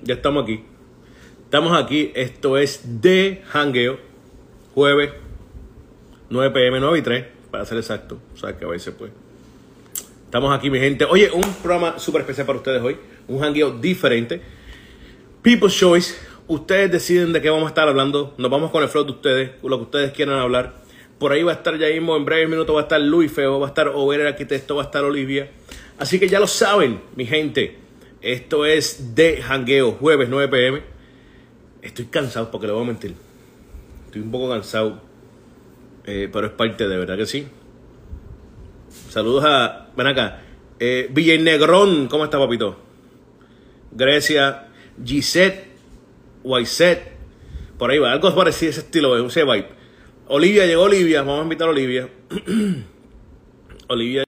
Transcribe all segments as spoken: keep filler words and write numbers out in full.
Ya estamos aquí. Estamos aquí. Esto es de Jangueo. Jueves, nueve p m, nueve y tres, para ser exacto. O sea que a veces pues. Estamos aquí, mi gente. Oye, un programa súper especial para ustedes hoy. Un jangueo diferente. People's Choice. Ustedes deciden de qué vamos a estar hablando. Nos vamos con el flow de ustedes, lo que ustedes quieran hablar. Por ahí va a estar ya mismo, en breves minutos va a estar Luis Feo, va a estar Over el Arquitecto, va a estar Olivia. Así que ya lo saben, mi gente. Esto es de Jangueo, jueves nueve p m. Estoy cansado, porque le voy a mentir. Estoy un poco cansado. Eh, pero es parte de, ¿verdad que sí? Saludos a... Ven acá. Eh, Villanegrón, ¿cómo está, papito? Grecia, Gisette, Waiset. Por ahí va, algo parecido, ese estilo, ese vibe. Olivia, llegó Olivia, vamos a invitar a Olivia. Olivia.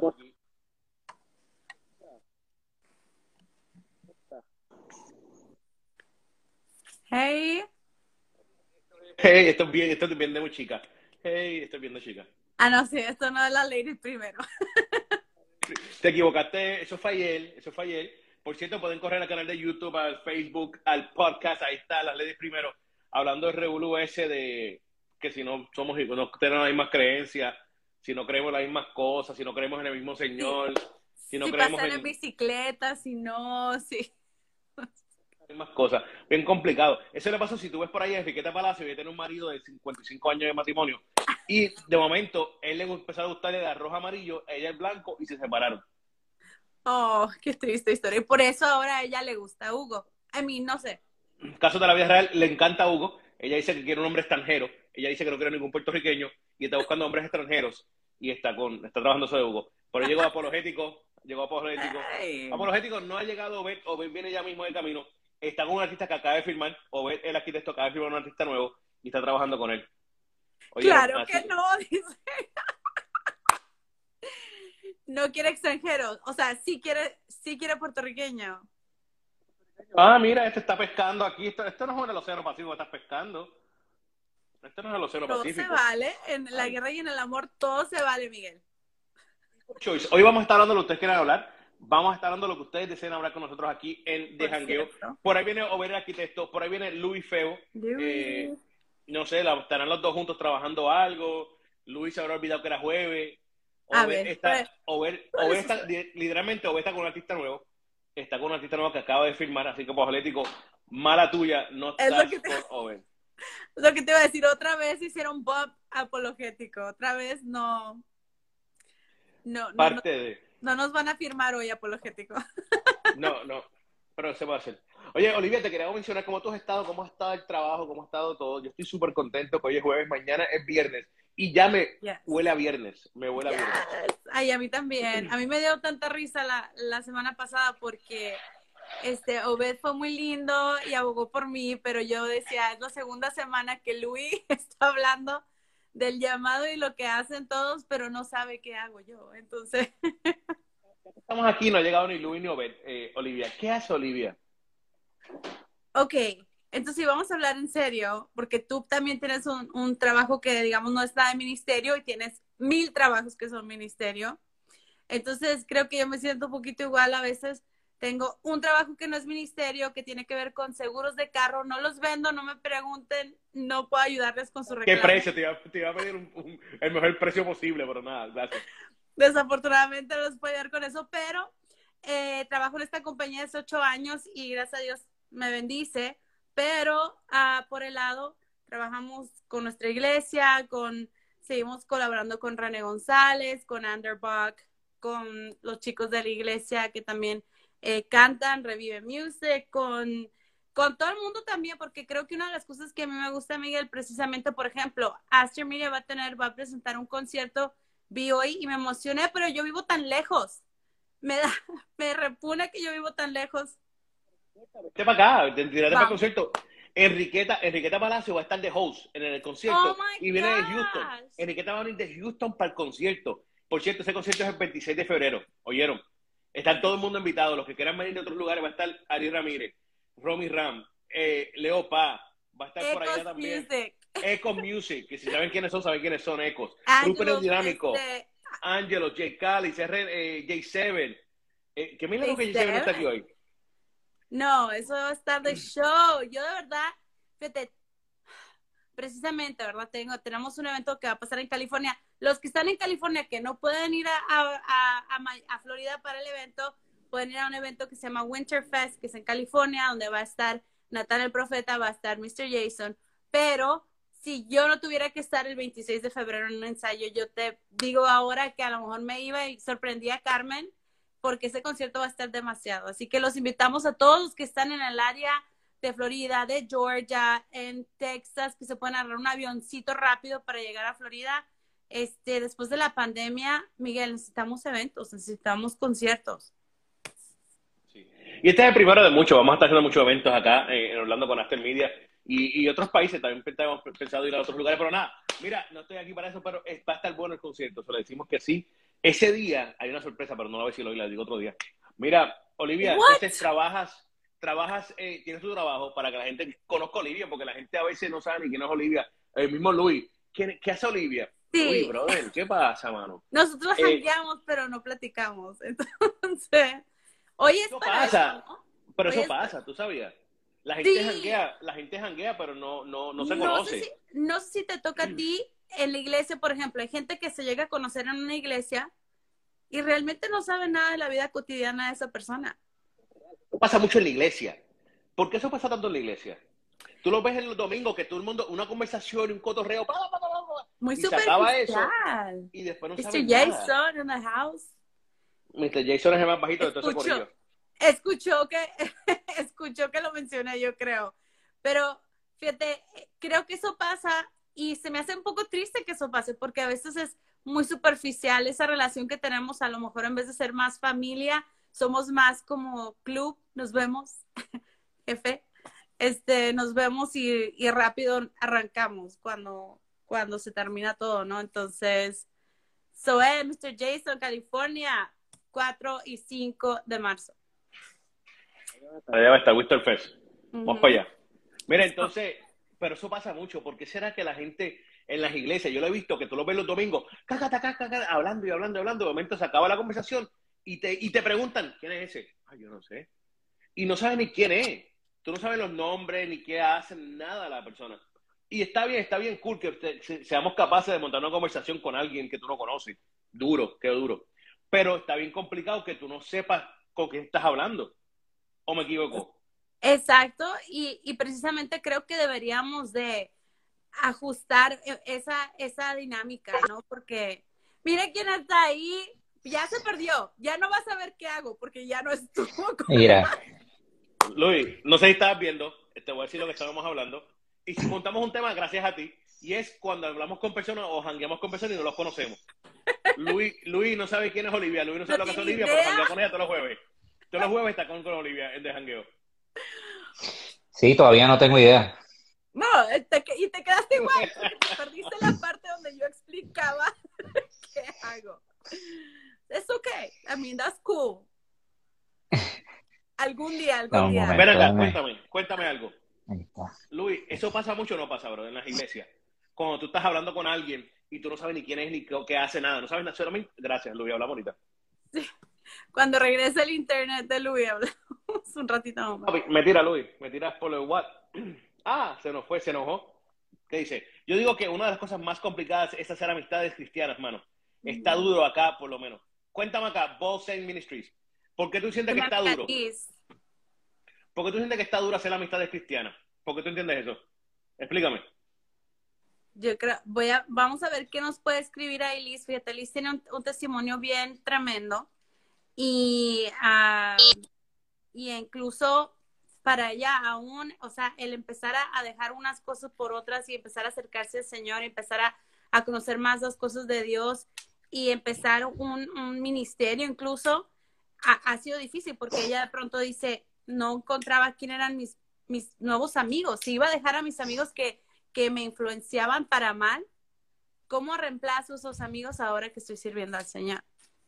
Hey. Hey, esto es bien, esto es bien de muy chica. Hey, esto es bien de chica. Ah, no, sí, esto no es la lady primero. Te equivocaste, eso fue ayer, eso fue ayer. Por cierto, pueden correr al canal de YouTube, al Facebook, al podcast, ahí está, las ladies primero, hablando del revolú ese de que si no somos, no tenemos las mismas creencias, si no creemos las mismas cosas, si no creemos en el mismo Señor, Sí. si no Si creemos pasan en en bicicleta, si no, sí. las mismas cosas, bien complicado. Eso le pasó si tú ves por ahí a Enriqueta Palacio, que tiene un marido de cincuenta y cinco años de matrimonio, y de momento él le empezó a gustarle de rojo amarillo, ella el blanco, y se separaron. Oh, qué triste historia. Y por eso ahora a ella le gusta Hugo. A mí, no sé. Caso de la vida real, le encanta a Hugo. Ella dice que quiere un hombre extranjero. Ella dice que no quiere ningún puertorriqueño y está buscando hombres extranjeros y está con está trabajando sobre Hugo. Pero llegó apologético, llegó apologético. Ay. Apologético no ha llegado Obed, Obed viene ya mismo de camino. Está con un artista que acaba de firmar. Obed, el arquitecto, acaba de firmar un artista nuevo y está trabajando con él. Oyeron, Claro así. que no, dice. No quiere extranjeros. O sea, sí quiere, sí quiere puertorriqueño. Ah, mira, este está pescando aquí. Esto, esto no es en el Océano Pacífico que estás pescando. Esto no es el Océano Todo se Pacífico. vale. En la Ay. guerra y en el amor, todo se vale, Miguel. Choice. Hoy vamos a estar hablando de lo que ustedes quieran hablar. Vamos a estar hablando de lo que ustedes deseen hablar con nosotros aquí en De Por Jangueo. cierto. Por ahí viene Over el Arquitecto, por ahí viene Luis Feo. Eh, Luis. no sé, la, estarán los dos juntos trabajando algo. Luis se habrá olvidado que era jueves. A Over ver, está, pues, Over, por Over eso está, soy. literalmente, Over está con un artista nuevo. Está con un artista nuevo que acaba de firmar. Así que, pues, Atlético, mala tuya, no Es lo estás que te, con Over. lo que te iba a decir. Otra vez hicieron Bob apologético. Otra vez no. No, no, no, Parte de. no nos van a firmar hoy apologético. No, no, pero se va a hacer. Oye, Olivia, te quería mencionar cómo tú has estado, cómo ha estado el trabajo, cómo ha estado todo. Yo estoy súper contento que hoy es jueves, mañana es viernes y ya me Yes. huele a viernes, me huele a Yes. viernes. Ay, a mí también. A mí me dio tanta risa la, la semana pasada porque este Obed fue muy lindo y abogó por mí, pero yo decía, es la segunda semana que Luis está hablando del llamado y lo que hacen todos, pero no sabe qué hago yo. Entonces, Estamos aquí, no ha llegado ni Luis ni Obed. Eh, Olivia, ¿qué hace Olivia? ok, entonces vamos a hablar en serio, porque tú también tienes un, un trabajo que, digamos, no está de ministerio y tienes mil trabajos que son ministerio. Entonces, creo que yo me siento un poquito igual a veces. Tengo un trabajo que no es ministerio, que tiene que ver con seguros de carro. No los vendo, no me pregunten, no puedo ayudarles con su ¿Qué reclamo. precio? Te iba, te iba a pedir un, un, el mejor precio posible, pero nada, gracias. Desafortunadamente no los puedo ayudar con eso, pero eh, trabajo en esta compañía hace ocho años y gracias a Dios me bendice. Pero uh, por el lado, trabajamos con nuestra iglesia, con, seguimos colaborando con René González, con Underbuck, con los chicos de la iglesia que también eh, cantan, Revive Music, con, con todo el mundo también, porque creo que una de las cosas que a mí me gusta, Miguel, precisamente, por ejemplo, Aster Media va a tener, va a presentar un concierto, vi hoy y me emocioné, pero yo vivo tan lejos. Me da, me repugna que yo vivo tan lejos. Vete para acá, te tírate para el Vamos. concierto. Enriqueta, Enriqueta Palacio va a estar de host en el concierto Oh my y viene de Houston. gosh. Enriqueta va a venir de Houston para el concierto. Por cierto, ese concierto es el veintiséis de febrero. ¿Oyeron? Están todo el mundo invitado. Los que quieran venir de otros lugares va a estar Ari Ramírez, Romy Ram, eh, Leo Pa, va a estar Ecos por allá también. Music. Ecos Music, que si saben quiénes son, saben quiénes son Ecos. Grupo Angelo, Dinámico, este, Angelo, J. Cali, C R, eh, J siete. Eh, ¿Qué milagro que J siete no está aquí J siete. hoy? No, eso va a estar de show. Yo de verdad, fíjate, precisamente, ¿verdad? Tengo, tenemos un evento que va a pasar en California. Los que están en California que no pueden ir a, a, a, a, a Florida para el evento, pueden ir a un evento que se llama Winterfest, que es en California, donde va a estar Natán el Profeta, va a estar mister Jason. Pero si yo no tuviera que estar el veintiséis de febrero en un ensayo, yo te digo ahora que a lo mejor me iba y sorprendía a Carmen, porque ese concierto va a estar demasiado. Así que los invitamos a todos los que están en el área de Florida, de Georgia, en Texas, que se pueden agarrar un avioncito rápido para llegar a Florida. Este, después de la pandemia, Miguel, necesitamos eventos, necesitamos conciertos. Sí. Y este es el primero de muchos. Vamos a estar haciendo muchos eventos acá eh, en Orlando con After Media y, y otros países. También hemos pensado ir a otros lugares, pero nada, mira, no estoy aquí para eso, pero va a estar bueno el concierto. Solo decimos que sí. Ese día hay una sorpresa, pero no la voy a decir hoy, la digo otro día. Mira, Olivia, What? entonces trabajas, trabajas, eh, tienes tu trabajo para que la gente conozca a Olivia, porque la gente a veces no sabe ni quién es Olivia. El mismo Luis, ¿qué, qué hace Olivia? Sí. Uy, brother, ¿qué pasa, mano? Nosotros Eh, jangueamos, pero no platicamos. Entonces, hoy es eso para pasa, eso, ¿no? pero Hoy eso es para... pasa, tú sabías. La gente Sí. janguea, la gente janguea, pero no, no, no se No conoce. sé si, no sé si te toca a ti en la iglesia, por ejemplo. Hay gente que se llega a conocer en una iglesia y realmente no sabe nada de la vida cotidiana de esa persona. Eso pasa mucho en la iglesia. ¿Por qué eso pasa tanto en la iglesia? Tú lo ves en los domingos, que todo el mundo, una conversación, un cotorreo, pa, pa, pa, pa, pa, Muy y se acaba eso, superficial. y después no mister saben nada. Jason in the house. mister Jason es el más bajito de todo ese Escuchó, corillo. escuchó que, escuchó que lo mencioné, yo creo. Pero, fíjate, creo que eso pasa y se me hace un poco triste que eso pase, porque a veces es muy superficial esa relación que tenemos. A lo mejor en vez de ser más familia, somos más como club, nos vemos, jefe, este, nos vemos y, y rápido arrancamos cuando, cuando se termina todo, ¿no? Entonces, so, eh, mister Jason, California, cuatro y cinco de marzo. Allá va a estar Wister Fest. Vamos Uh-huh. para allá. Mira, entonces, pero eso pasa mucho. ¿Por qué será que la gente en las iglesias, yo lo he visto, que tú lo ves los domingos, caca, caca, caca, hablando y hablando y hablando, de momento se acaba la conversación y te, y te preguntan, ¿quién es ese? Ay, yo no sé. Y no sabes ni quién es. Tú no sabes los nombres, ni qué hacen, nada la persona. Y está bien, está bien cool que te, se, seamos capaces de montar una conversación con alguien que tú no conoces. Duro, qué duro. Pero está bien complicado que tú no sepas con quién estás hablando. ¿O me equivoco? Exacto, y, y precisamente creo que deberíamos de ajustar esa, esa dinámica, ¿no? Porque mira quién está ahí, ya se perdió, ya no vas a ver qué hago, porque ya no estuvo con... Mira, Luis, no sé si estabas viendo, te voy a decir lo que estábamos hablando. Y si montamos un tema gracias a ti, y es cuando hablamos con personas o jangueamos con personas y no los conocemos. Luis, Luis no sabe quién es Olivia, Luis no sabe No lo que es tiene Olivia, idea. pero janguea con ella todos los jueves. Todos los jueves está con, con Olivia en de jangueo. sí, todavía no tengo idea. No, te, y te quedaste igual, porque te perdiste la parte donde yo explicaba qué hago. Es okay, I mean, that's cool. Algún día, algún No, un día. momento. Ven acá, dame. cuéntame, cuéntame algo. Ahí está. Luis, ¿eso pasa mucho o no pasa, bro, en las iglesias? Cuando tú estás hablando con alguien y tú no sabes ni quién es ni qué hace nada, no sabes nada, solamente... Gracias, Luis, habla bonita. Sí. Cuando regrese el internet de Luis, hablamos un ratito más. Me tira, Luis, me tiras por el what. Ah, se nos fue, se enojó. ¿Qué dice? Yo digo que una de las cosas más complicadas es hacer amistades cristianas, mano. Está duro acá, por lo menos. Cuéntame acá, Ball Saint Ministries. ¿Por qué tú sientes que está duro? ¿Por qué tú sientes que está duro hacer amistades cristianas? ¿Por qué tú entiendes eso? Explícame. Yo creo, voy a, vamos a ver qué nos puede escribir ahí Liz. Fíjate, Liz tiene un, un testimonio bien tremendo y, uh, y incluso para ella aún, o sea, el empezar a, a dejar unas cosas por otras y empezar a acercarse al Señor, empezar a, a conocer más las cosas de Dios y empezar un, un ministerio incluso, ha, ha sido difícil porque ella de pronto dice, no encontraba quién eran mis, mis nuevos amigos, si iba a dejar a mis amigos que que me influenciaban para mal, ¿cómo reemplazo esos amigos ahora que estoy sirviendo al Señor?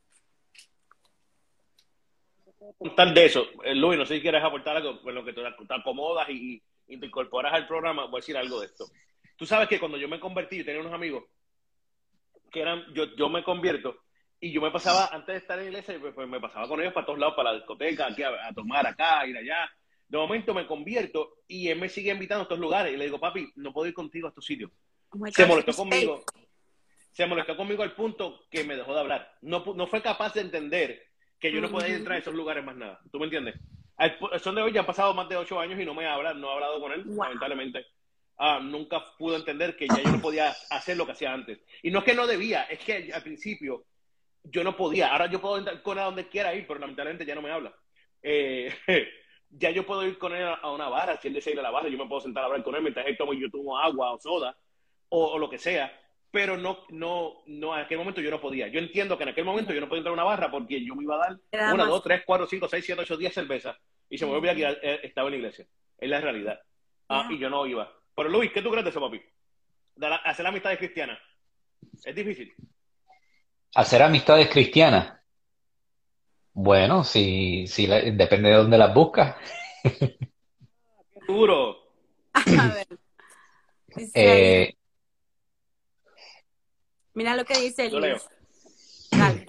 Contar de eso, Luis, no sé si quieres aportar algo con lo que te, te acomodas y, y te incorporas al programa, voy a decir algo de esto. Tú sabes que cuando yo me convertí, yo tenía unos amigos que eran, yo, yo me convierto y yo me pasaba, antes de estar en la iglesia, pues, pues me pasaba con ellos para todos lados, para la discoteca, aquí a, a tomar acá, a ir allá. De momento me convierto y él me sigue invitando a estos lugares. Y le digo, papi, no puedo ir contigo a estos sitios. Oh my Se gosh, molestó you're conmigo. fake. Se molestó conmigo al punto que me dejó de hablar. No, pu- no fue capaz de entender que yo no podía entrar a Ujú. esos lugares más nada. ¿Tú me entiendes? Al pu- Son de hoy ya han pasado más de ocho años y no me habla, no he hablado con él, Wow. lamentablemente. Ah, nunca pudo entender que ya yo no podía hacer lo que hacía antes. Y no es que no debía, es que al principio yo no podía. Ahora yo puedo entrar con él a donde quiera ir, pero lamentablemente ya no me habla. Eh, ya yo puedo ir con él a una barra, si él desea ir a la barra, yo me puedo sentar a hablar con él mientras él toma yo tomo agua o soda o, o lo que sea, pero no, no, no, en aquel momento yo no podía. Yo entiendo que en aquel momento yo no podía entrar a una barra porque yo me iba a dar Era una, más. dos, tres, cuatro, cinco, seis, siete, ocho, diez cervezas y se me olvidaba que Ujú. ya, eh, estaba en la iglesia. Es la realidad. Ah, Yeah. y yo no iba. Pero Luis, ¿qué tú crees de eso, papi? De la- hacer amistades cristianas. Es difícil. Hacer amistades cristianas. Bueno, si, si la- depende de dónde las buscas. Qué duro. A ver, dice ahí, Eh, mira lo que dice Yo leo. Liz. Dale.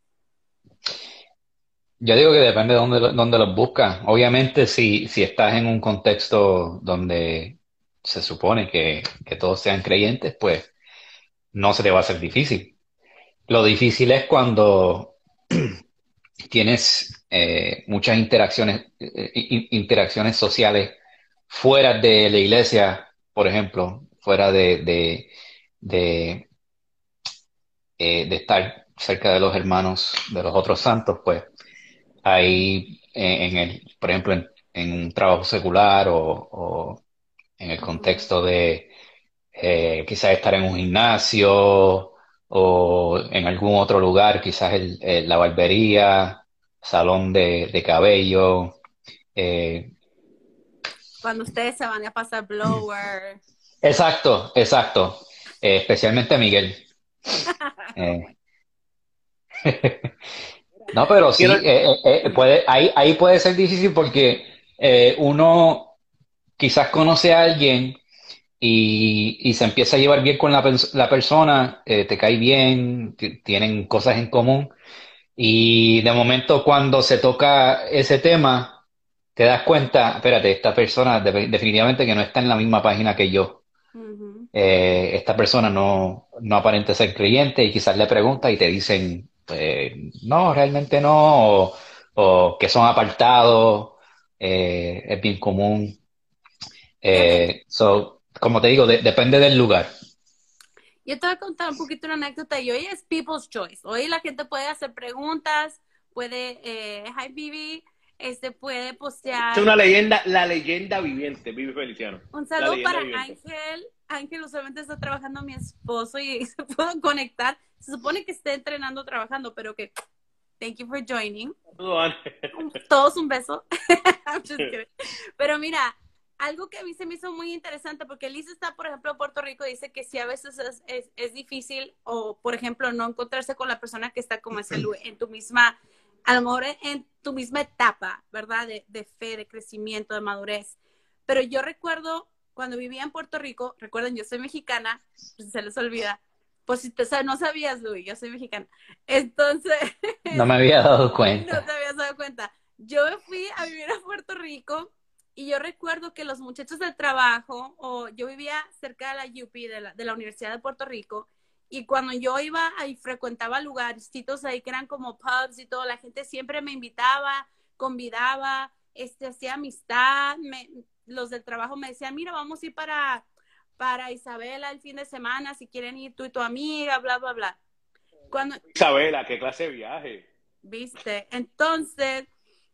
yo digo que depende de dónde, lo- dónde los buscas. Obviamente, si, si estás en un contexto donde se supone que, que todos sean creyentes, pues no se te va a hacer difícil. Lo difícil es cuando tienes eh, muchas interacciones, eh, i- interacciones sociales fuera de la iglesia, por ejemplo, fuera de, de, de, eh, de estar cerca de los hermanos, de los otros santos, pues ahí eh, en el, por ejemplo, en, en un trabajo secular o, o en el Ujú. contexto de eh, quizás estar en un gimnasio o en algún otro lugar, quizás el, el- la barbería, salón de, de cabello. eh, Cuando ustedes se van a pasar blower. exacto, exacto. Eh, especialmente Miguel. Eh, no, pero Quiero, sí, eh, eh, eh, puede, ahí, ahí puede ser difícil porque eh, uno quizás conoce a alguien y, y se empieza a llevar bien con la, pers- la persona, eh, te cae bien, t- tienen cosas en común. Y de momento cuando se toca ese tema, te das cuenta, espérate, esta persona de- definitivamente que no está en la misma página que yo. Ujú. Eh, esta persona no, no aparenta ser creyente y quizás le pregunta y te dicen, pues, no, realmente no, o, o que son apartados, eh, es bien común. Yo te, Eh, so, como te digo, de- depende del lugar. yo te voy a contar un poquito una anécdota y hoy es People's Choice. Hoy la gente puede hacer preguntas, puede, eh, hi Bibi, este puede es postear. una leyenda, la leyenda viviente, Vivi Feliciano. Un La saludo leyenda para viviente. Ángel. Ángel usualmente está trabajando mi esposo y se pudo conectar. Se supone que esté entrenando trabajando, pero que thank you for joining. Saludos, Ángel. Un- Todos un beso. I'm just kidding. Pero mira, algo que a mí se me hizo muy interesante, porque Liz está, por ejemplo, en Puerto Rico, dice que sí a veces es, es, es difícil, o por ejemplo, no encontrarse con la persona que está como ese, en tu misma, a lo mejor en, en tu misma etapa, ¿verdad? De, de fe, de crecimiento, de madurez. Pero yo recuerdo cuando vivía en Puerto Rico, recuerden, yo soy mexicana, pues se les olvida. Pues si te, o sea, no sabías, Luis, yo soy mexicana. Entonces, No me había dado no te cuenta. habías dado cuenta. Yo me fui a vivir a Puerto Rico y yo recuerdo que los muchachos del trabajo, o yo vivía cerca de la U P, de la, de la Universidad de Puerto Rico, y cuando yo iba y frecuentaba lugarcitos ahí que eran como pubs y todo, la gente siempre me invitaba, convidaba, este, hacía amistad, me, los del trabajo me decían, mira, vamos a ir para, para Isabela el fin de semana, si quieren ir tú y tu amiga, bla, bla, bla. Cuando, Isabela, qué clase de viaje. ¿viste? Entonces,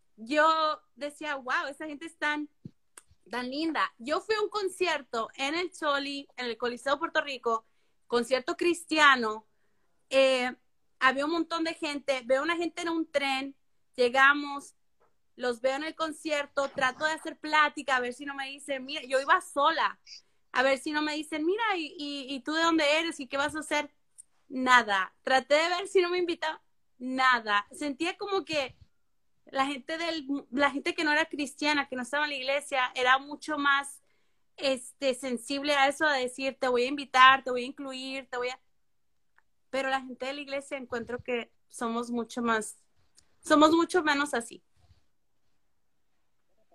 yo decía, wow, esa gente es tan, tan linda. Yo fui a un concierto en el Choli, en el Coliseo Puerto Rico, concierto cristiano. Eh, había un montón de gente, veo una gente en un tren, llegamos, los veo en el concierto, trato de hacer plática, a ver si no me dicen, mira, yo iba sola, a ver si no me dicen, mira, ¿y, y, y tú de dónde eres? ¿Y qué vas a hacer? Nada. Traté de ver si no me invitaban, nada. Sentía como que la gente del, la gente que no era cristiana, que no estaba en la iglesia, era mucho más este, sensible a eso, a decir, te voy a invitar, te voy a incluir, te voy a... Pero la gente de la iglesia encuentro que somos mucho más, somos mucho menos así.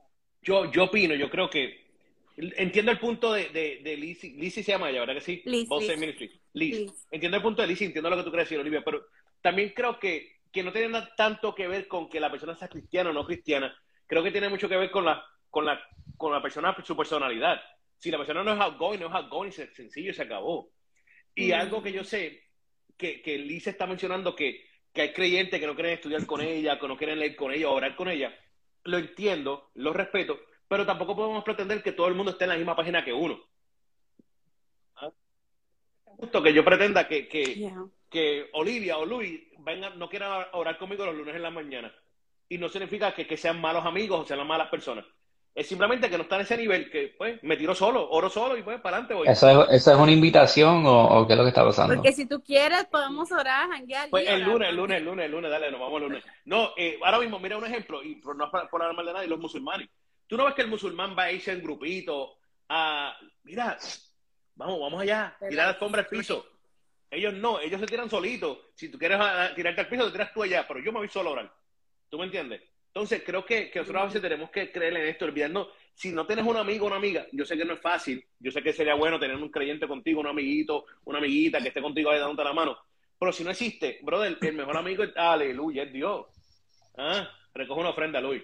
yo, yo opino, yo creo que entiendo el punto de, de, de Lizzy. Lizzy se llama ella, ¿verdad que sí? Liz, Boss Liz, Ministry. Liz. Liz. Entiendo el punto de Lizzy, entiendo lo que tú quieres decir, Olivia, pero también creo que, que no tiene nada tanto que ver con que la persona sea cristiana o no cristiana. Creo que tiene mucho que ver con la, con la, con la persona, su personalidad. Si la persona no es outgoing, no es outgoing, es sencillo, se acabó. Y Mm. algo que yo sé, que, que Liz está mencionando, que, que hay creyentes que no quieren estudiar con ella, que no quieren leer con ella, orar con ella, lo entiendo, lo respeto, pero tampoco podemos pretender que todo el mundo esté en la misma página que uno. ¿Ah? Justo que yo pretenda que, que, Yeah. que Olivia o Luis vengan, no quieran orar conmigo los lunes en la mañana. Y no significa que, que sean malos amigos o sean malas personas. Es simplemente que no están en ese nivel, que pues me tiro solo, oro solo y pues para adelante voy. ¿Eso es, eso es una invitación o, o qué es lo que está pasando? Porque si tú quieres, podemos orar, janguear Pues y el orar lunes, el también. lunes, el lunes, el lunes, dale, nos vamos el lunes. No, eh, ahora mismo, mira un ejemplo, y por no es por hablar mal de nadie, los musulmanes. Tú no ves que el musulmán va a irse en grupito a, mira, vamos, vamos allá, tirar la alfombra al piso. Ellos no, ellos se tiran solitos. Si tú quieres a, a tirarte al piso, te tiras tú allá, pero yo me voy solo a orar. ¿Tú me entiendes? Entonces, creo que, que nosotros a veces tenemos que creer en esto, olvidarnos. Si no tienes un amigo o una amiga, yo sé que no es fácil, yo sé que sería bueno tener un creyente contigo, un amiguito, una amiguita que esté contigo ahí dándote la mano, pero si no existe, brother, el mejor amigo es, aleluya, es Dios. ¿Ah? Recoge una ofrenda, Luis.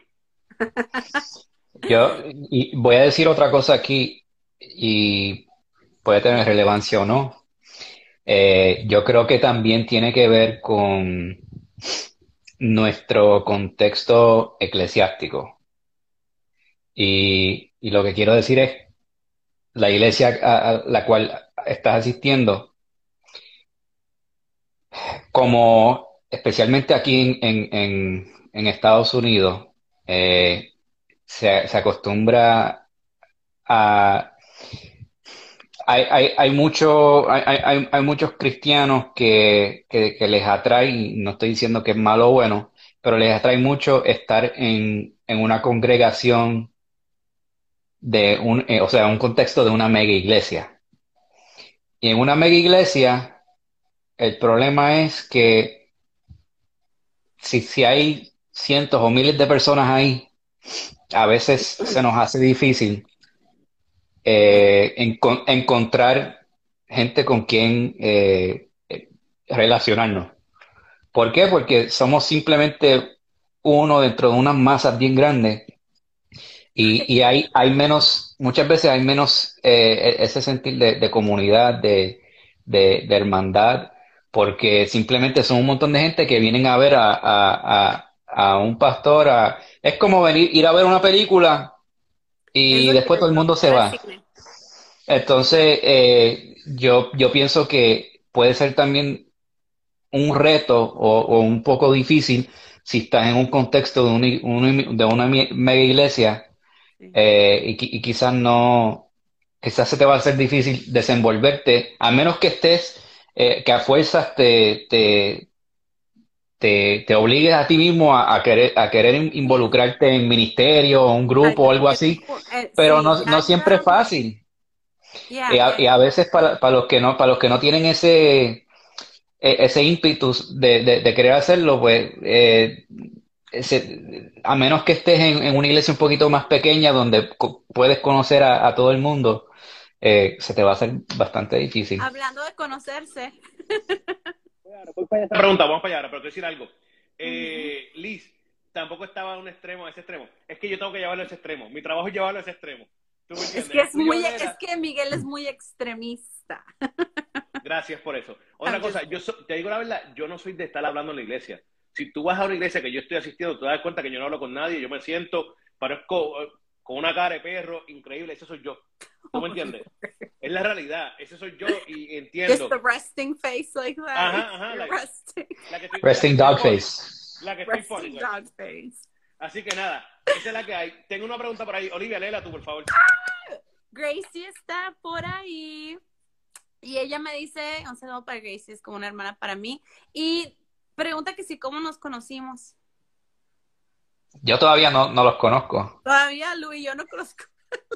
Yo y voy a decir otra cosa aquí y puede tener relevancia o no. Eh, yo creo que también tiene que ver con nuestro contexto eclesiástico. Y, y lo que quiero decir es, la iglesia a, a la cual estás asistiendo, como especialmente aquí en, en, en, en Estados Unidos, eh, se, se acostumbra a... Hay, hay, hay, mucho, hay, hay, hay muchos cristianos que, que, que les atrae, y no estoy diciendo que es malo o bueno, pero les atrae mucho estar en, en una congregación de un, eh, o sea, un contexto de una mega iglesia. Y en una mega iglesia, el problema es que si, si hay cientos o miles de personas ahí, a veces se nos hace difícil eh, enco- encontrar gente con quien eh, eh, relacionarnos. ¿Por qué? Porque somos simplemente uno dentro de unas masas bien grandes y, y hay, hay menos, muchas veces hay menos eh, ese sentir de, de comunidad, de, de, de hermandad, porque simplemente son un montón de gente que vienen a ver a, a, a, a un pastor. A, es como venir, ir a ver una película y Eso después todo el cierto, mundo se ir al va. cine. Entonces, eh, yo, yo pienso que puede ser también un reto o, o un poco difícil si estás en un contexto de una, un- de una mi- mega iglesia Sí. eh, y, qui- y quizás no, quizás se te va a hacer difícil desenvolverte, a menos que estés, eh, que a fuerzas te, te, te, te obligues a ti mismo a, a querer, a querer in- Sí. involucrarte en ministerio o un grupo o Alguien algo que te así, ju- eh, pero sí, no, ya, no siempre es ya, fácil. Y ya, a, ya, y ya. a veces para, para los que no, para los que no tienen ese, e- ese ímpetus de, de, de querer hacerlo, pues eh, ese- a menos que estés en, en una iglesia un poquito más pequeña donde co- puedes conocer a, a todo el mundo, eh, se te va a hacer bastante difícil. Hablando de conocerse. Esta pregunta, vamos para allá ahora, pero te voy a decir algo. Ujú. Eh, Liz, tampoco estaba a un extremo, a ese extremo. Es que yo tengo que llevarlo a ese extremo. Mi trabajo es llevarlo a ese extremo. ¿Tú me Es entiendes? que El es tuyo muy, era... es que Miguel es muy extremista. Gracias por eso. Otra I'm just cosa, yo so- te digo la verdad, yo no soy de estar hablando en la iglesia. Si tú vas a una iglesia que yo estoy asistiendo, te das cuenta que yo no hablo con nadie, yo me siento, parezco eh, con una cara de perro increíble, ese soy yo. ¿Tú me entiendes? Es la realidad, ese soy yo y just entiendo. the resting face like that. Ajá, ajá, You're like- resting, La que estoy, la que Resting estoy dog funny. face. La que estoy funny, resting güey. dog face. Así que nada, esa es la que hay. Tengo una pregunta por ahí. Olivia, léela tú, por favor. Gracie está por ahí y ella me dice, un saludo para Gracie, es como una hermana para mí, y pregunta que si cómo nos conocimos. Yo todavía no, no los conozco. Todavía Lu y yo no conozco.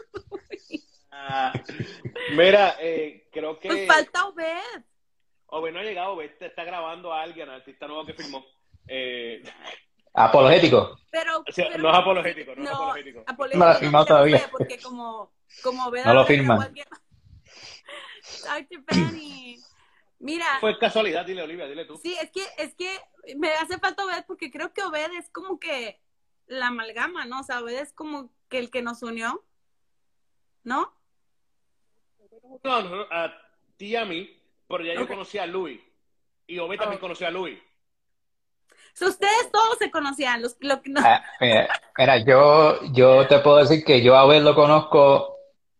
Ah, mira, eh, creo que... Pues falta Obed. Obed no ha llegado, Obed te está grabando a alguien, al artista nuevo que firmó. Eh, Apologético. Pero, O sea, pero no es apologético, no, es no, apologético. No lo ha apologético firmado no todavía. fue, porque como, como Obed No lo habla de firma. cualquier... doctor Benny. Mira, Fue casualidad, dile Olivia, dile tú. sí, es que, es que me hace falta Obed porque creo que Obed es como que la amalgama, ¿no? O sea, Obed es como que el que nos unió, ¿no? No, no, a ti y a mí, pero ya yo Ok. conocí a Luis. Y Obed también Oh. conoció a Luis. So, ustedes todos se conocían, los, lo que no... Ah, mira, mira, yo, yo te puedo decir que yo a Abel lo conozco.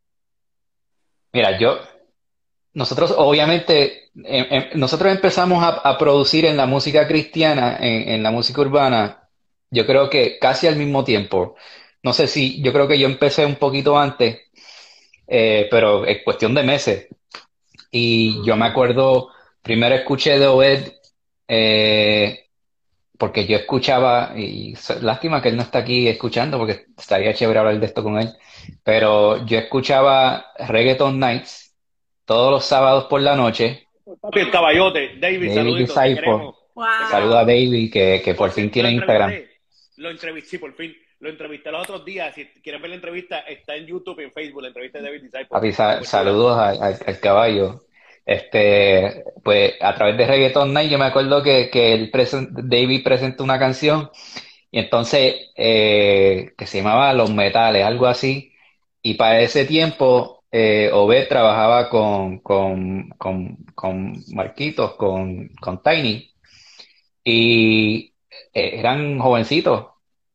Mira, yo, nosotros obviamente, em- em- nosotros empezamos a, a producir en la música cristiana, en, en la música urbana, yo creo que casi al mismo tiempo. No sé si, yo creo que yo empecé un poquito antes, eh, pero es cuestión de meses. Y yo me acuerdo, primero escuché de Obed, eh, porque yo escuchaba, y s- lástima que él no está aquí escuchando, porque estaría chévere hablar de esto con él, pero yo escuchaba Reggaeton Nights todos los sábados por la noche. Papi, el caballote, David, David saluditos, te Disciple, queremos. Wow. Te saluda a queremos. David, que, que por Por fin cierto, tiene lo Instagram. entrevisté, lo entrevisté, sí, por fin. Lo entrevisté los otros días. Si quieren ver la entrevista, está en YouTube y en Facebook, la entrevista de David Disciple. Papi, sa- Súper chula. saludos al, al- al caballo. Este, pues a través de Reggaeton Night, yo me acuerdo que, que él presen- David presentó una canción y entonces eh, que se llamaba Los Metales, algo así. Y para ese tiempo, eh, Obed trabajaba con, con, con, con Marquitos, con, con Tiny, y eh, eran jovencitos.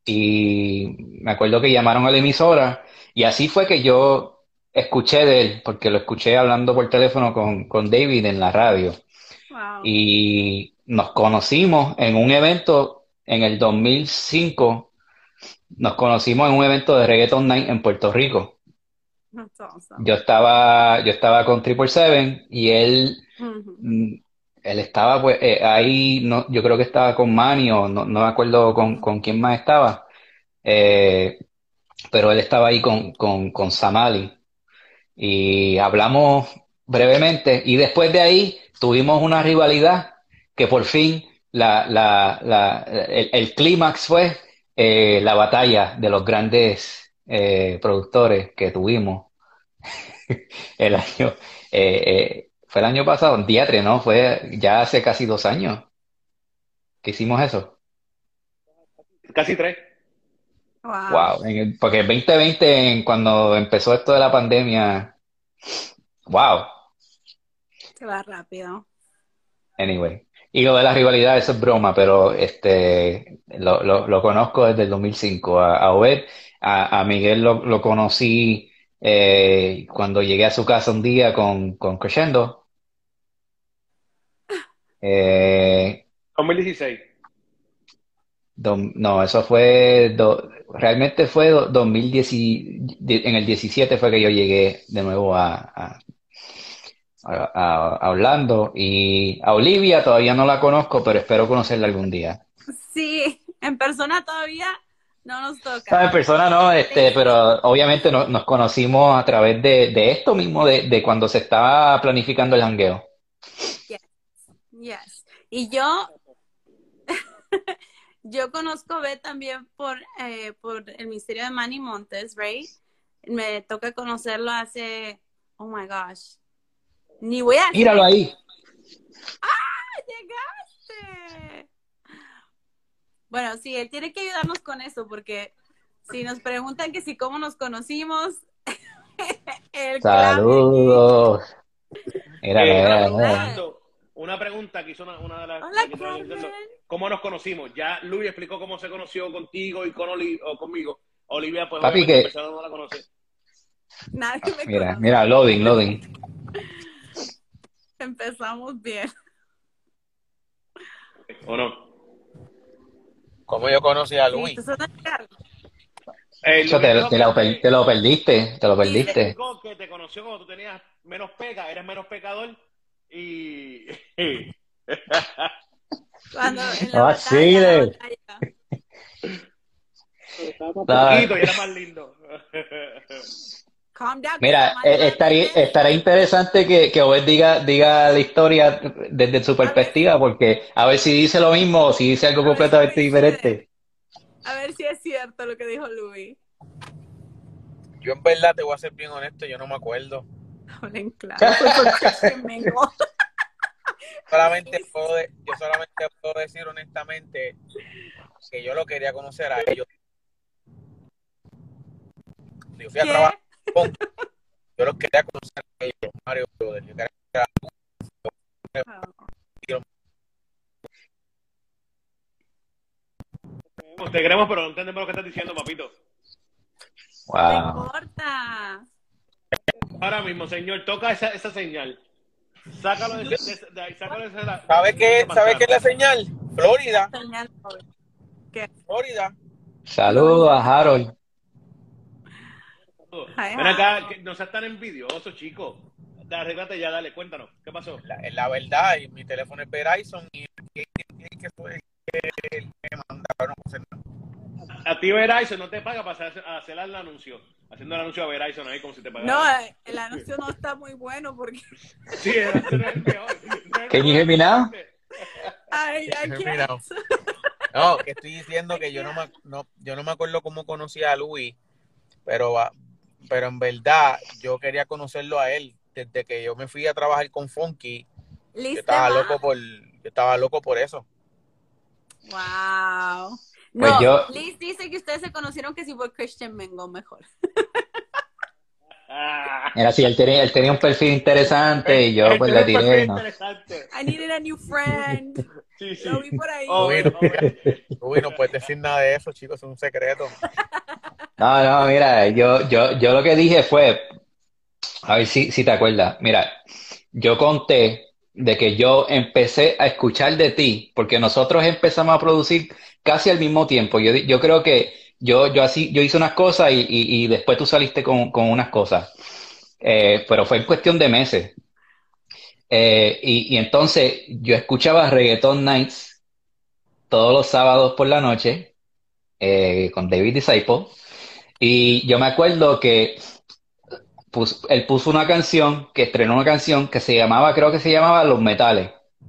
Y me acuerdo que llamaron a la emisora, y así fue que yo escuché de él, porque lo escuché hablando por teléfono con, con David en la radio. Wow. Y nos conocimos en un evento en el dos mil cinco. Nos conocimos en un evento de Reggaeton Night en Puerto Rico. That's awesome. Yo estaba, yo estaba con Triple Seven y él, Ujú. mm, él estaba pues eh, ahí, no, yo creo que estaba con Manny o no, no me acuerdo con, con quién más estaba, eh, pero él estaba ahí con, con, con Samali y hablamos brevemente y después de ahí tuvimos una rivalidad que por fin la, la, la, el, el clímax fue eh, la batalla de los grandes eh, productores que tuvimos el año, eh, eh, fue el año pasado, Diatre, ¿no? Fue ya hace casi dos años que hicimos eso. Casi tres. Wow. Wow, en el- porque el veinte veinte, en- cuando empezó esto de la pandemia, wow, Se va rápido. anyway. Y lo de la rivalidad, eso es broma, pero este lo, lo, lo conozco desde el dos mil cinco. A, a Obed, a, a Miguel lo, lo conocí eh, cuando llegué a su casa un día con, con Crescendo. Eh, dos mil dieciséis. Dom- no, eso fue, do- realmente fue do- dos mil diez, y- de- en el diecisiete fue que yo llegué de nuevo a, a, a- a- a Orlando, y a Olivia todavía no la conozco, pero espero conocerla algún día. Sí, en persona todavía no nos No, toca. en persona no, este, Sí. pero obviamente no- nos conocimos a través de, de esto mismo, de, de cuando se estaba planificando el jangueo. Yes. Y yo, yo conozco a Beth también por, eh, por el misterio de Manny Montes, right? Me toca conocerlo hace, oh my gosh, ni voy a decir, Míralo ahí. llegaste. Bueno, sí, él tiene que ayudarnos con eso, porque si nos preguntan que si cómo nos conocimos, el clave aquí. Saludos. Míralo, Eh, míralo, Armando, míralo. Armando, una pregunta que hizo una, una de las Hola, que estaba diciendo. Carmen. ¿Cómo nos conocimos? Ya Luis explicó cómo se conoció contigo y con Oli, o conmigo. Olivia, pues Papi, obviamente que, en persona no la conoce. Nada que me mira, conoce. mira, loading, loading. Empezamos bien. ¿O no? ¿Cómo yo conocí a Sí, Luis? tú sos de Carmen. Eh, Eso Luis te, dijo te que lo, per- te, te lo perdiste, te lo Luis perdiste. explicó que te conoció cuando tú tenías menos pega, eres menos pecador y... Cuando en la Ah, batalla, sí, la de- batalla. Estaba más Ah. poquito y era más lindo. Calm down. Mira, eh, estaría, estará interesante que, que Obed diga, diga la historia desde su A ver perspectiva, porque a ver si dice lo mismo o si dice algo A ver si completamente coincide. diferente. A ver si es cierto lo que dijo Luis. Yo en verdad te voy a ser bien honesto, yo no me acuerdo. Hablen claro, fue por Christian Mingle. Solamente puedo de- yo solamente puedo decir honestamente que yo lo quería conocer a ellos. Yo fui a ¿Qué? trabajar con, yo los quería conocer a ellos, Mario Brothers. Yo quería Te queremos, pero no entendemos lo que estás diciendo, papito. Te Wow. corta. Ahora mismo, señor, toca esa, esa señal. Sácalo de, de, de ahí, sácalo de esa. ¿Sabes qué? ¿Sabes qué es la señal? Florida, Señal. ¿Qué? Florida. Saludos a Harold. Ay, Ven acá, ay. que no seas tan envidioso, chico. Arréglate ya, dale, cuéntanos. ¿Qué pasó? La, la verdad, y mi teléfono es Verizon y que que fue que me mandaron a hacer nada. A ti Verizon no te paga para hacer, hacer el anuncio. Haciendo el anuncio a Verizon ahí como si te No, pagara. eh, el anuncio no está muy bueno porque. Sí, era no es el mejor. No es Can you hear me now? Ay, I Mira. can't. No, que estoy diciendo que yo no me, no, yo no me acuerdo cómo conocí a Luis, pero, va- pero en verdad yo quería conocerlo a él. Desde que yo me fui a trabajar con Funky, yo Listo. estaba loco por, yo estaba loco por eso. Wow. Pues No, yo- Liz dice que ustedes se conocieron que sí por Christian Mingle mejor. Ah, Mira, sí, él tenía, él tenía un perfil interesante y yo pues le este es un tiré, perfil ¿no? interesante. I needed a new friend. Sí, sí. Lo vi por ahí. Oh, Uy, no, oh, Uy, no puedes decir nada de eso, chicos, es un secreto. No, no, mira, yo, yo, yo lo que dije fue, a ver si, si te acuerdas, mira, yo conté de que yo empecé a escuchar de ti, porque nosotros empezamos a producir casi al mismo tiempo. Yo, di- yo creo que yo, yo así, yo hice unas cosas y, y, y después tú saliste con, con unas cosas. Eh, pero fue en cuestión de meses. Eh, y, y entonces yo escuchaba Reggaeton Nights todos los sábados por la noche eh, con David Disciple. Y yo me acuerdo que pus- él puso una canción, que estrenó una canción que se llamaba, creo que se llamaba Los Metales.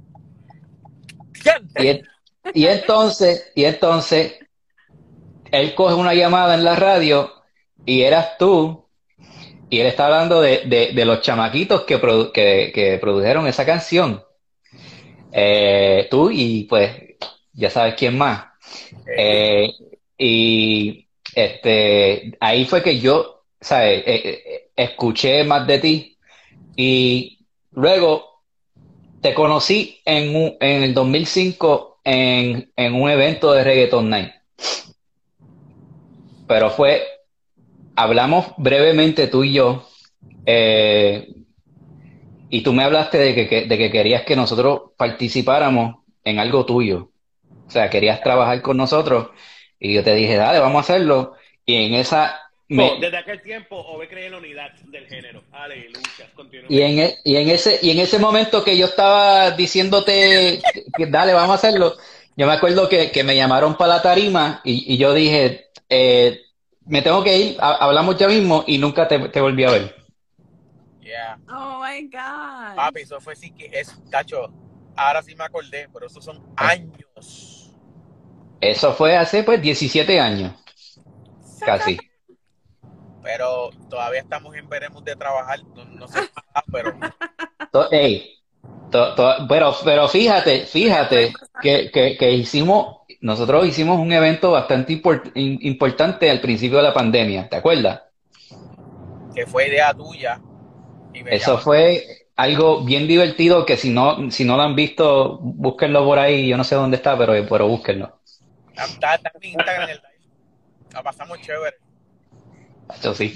Y, en- y entonces, y entonces, él coge una llamada en la radio y eras tú, y él está hablando de, de, de los chamaquitos que, produ- que, que produjeron esa canción. Eh, tú y pues ya sabes quién más. Eh, y este, ahí fue que yo, ¿sabes? Eh, eh, escuché más de ti y luego te conocí en, un- en el dos mil cinco en, en un evento de Reggaeton Night. Pero fue, hablamos brevemente tú y yo, eh, y tú me hablaste de que, que- de que querías que nosotros participáramos en algo tuyo. O sea, querías trabajar con nosotros y yo te dije, dale, vamos a hacerlo. Y en esa, oh, me, desde aquel tiempo, Ove creía en la unidad del género. Aleluya, continúa. y en, e- y en ese, y en ese momento que yo estaba diciéndote, que, que dale, vamos a hacerlo, yo me acuerdo que, que me llamaron para la tarima y, y yo dije, eh, me tengo que ir, ha- hablamos ya mismo y nunca te, te volví a ver. Yeah. Oh my God. Papi, eso fue sí que es, tacho, ahora sí me acordé, pero esos son años. Eso fue hace pues diecisiete años, casi. Pero todavía estamos en veremos de trabajar, no, no sé nada, pero To- ey, to- to- pero, pero fíjate, fíjate que, que, que hicimos, nosotros hicimos un evento bastante import- in- importante al principio de la pandemia, ¿te acuerdas? que fue idea tuya. Y me Eso llaman, fue algo bien divertido que si no, si no lo han visto, búsquenlo por ahí, yo no sé dónde está, pero, pero búsquenlo. está, está en mi Instagram en el live. La pasamos chévere. Eso sí.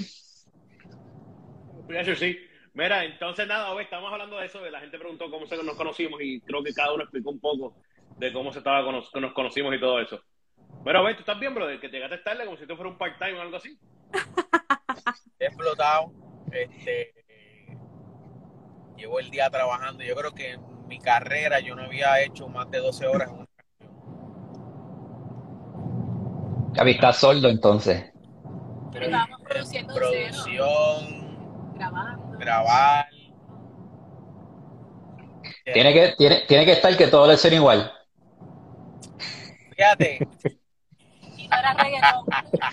Eso sí. Mira, entonces nada, Ove, estamos hablando de eso, de la gente preguntó cómo se nos conocimos y creo que cada uno explicó un poco de cómo se estaba cono- que nos conocimos y todo eso. Pero Ove, ¿tú estás bien, brother? Que llegaste tarde como si tú fueras un part-time o algo así. He explotado. Este, llevo el día trabajando. Yo creo que en mi carrera yo no había hecho más de doce horas en una. Gaby, estás sordo entonces. Pero estábamos produciendo de cero. Producción, Grabando. grabar. Tiene que, tiene, tiene que estar que todo le suene igual. Fíjate, Y no era reggaetón.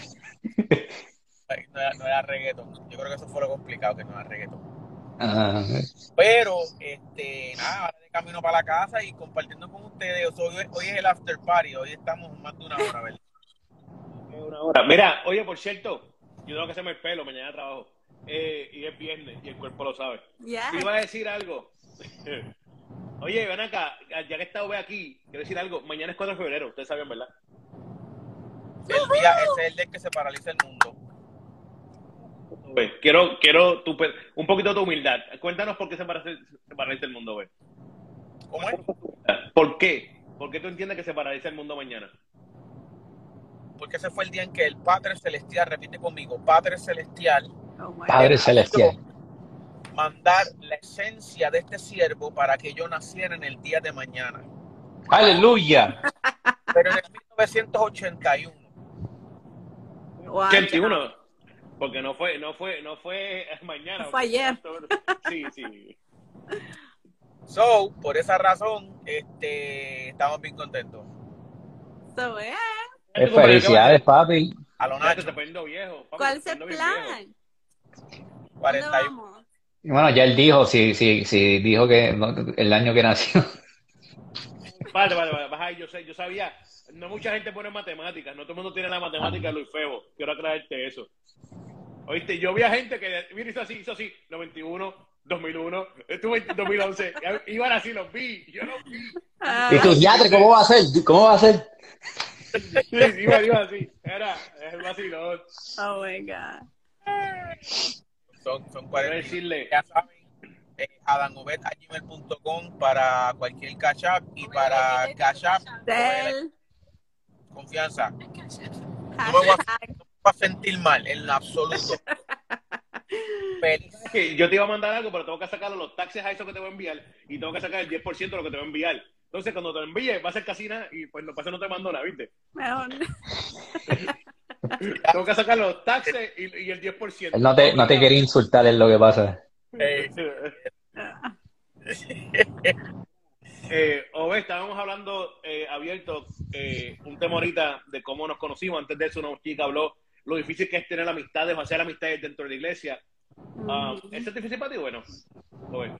No era, no era reggaetón. Yo creo que eso fue lo complicado, que no era reggaetón. Ah, Pero, este, nada, ahora de camino para la casa y compartiendo con ustedes. Hoy, hoy es el after party, hoy estamos más de una hora, ¿verdad? Una hora. Mira, oye, por cierto, yo tengo que hacerme el pelo, mañana trabajo. Eh, y es viernes y el cuerpo lo sabe. Yeah. Te iba a decir algo. Oye, ven acá, ya que está Ove aquí, quiero decir algo. Mañana es cuatro de febrero, ustedes saben, ¿verdad? El día, ese es el día que se paraliza el mundo. Ove, quiero, quiero tu, un poquito de tu humildad. Cuéntanos por qué se paraliza, se paraliza el mundo, Ove. ¿Cómo es? ¿Por qué? ¿Por qué tú entiendes que se paraliza el mundo mañana? Porque ese fue el día en que el Padre Celestial, repite conmigo, Padre Celestial, Oh my Padre God. Celestial. mandar la esencia de este siervo para que yo naciera en el día de mañana. Aleluya. Pero en el mil novecientos ochenta y uno. Wow, ochenta y uno. Porque no fue, no fue, no fue mañana. No fue ayer. Sí, sí. So, por esa razón, este, estamos bien contentos. So, eh. Eh, Felicidades, papi. A lo Ya te Nacho, está poniendo viejo. papi, ¿Cuál te es el está poniendo bien plan? ¿Dónde cuarenta y uno. vamos? Y bueno, ya él dijo, sí, sí, sí, dijo que no, el año que nació. viejo. Vale, vale, vale. Baja, yo, sé, yo sabía. No mucha gente pone matemáticas. No todo el mundo tiene la matemática de Luis Febo. Quiero aclararte eso. Oíste, yo vi a gente que, mira, hizo así, hizo así, noventa y uno, dos mil uno, estuve en dos mil once, iban así, los vi, yo los vi. Ah, Y tú, yatre, ¿cómo va a ser? ¿Cómo va a ser? Sí, iban, iban así, era, es el vacilón. oh my God. Son, son Quiero cuarenta. decirle, Ya saben, eh, adamovet arroba gmail punto com para cualquier cash app y para cash app, Del confianza. No me voy a, hashtag. no me voy a sentir mal en lo absoluto. Feliz. que yo te iba a mandar algo, pero tengo que sacar los taxes a eso que te voy a enviar y tengo que sacar el diez por ciento de lo que te voy a enviar. Entonces, cuando te lo envíe, va a ser casi nada y pues no pasa, no te mando nada, ¿viste? Mejor. Tengo que sacar los taxes y, y el diez por ciento. Él no te, no te quiere insultar, es lo que pasa. Eh, Eh, Ove, estábamos hablando eh, abierto eh, un tema ahorita de cómo nos conocimos. Antes de eso, una chica habló lo difícil que es tener amistades o hacer amistades dentro de la iglesia. Um, ¿Eso es difícil para ti? Bueno, Ove.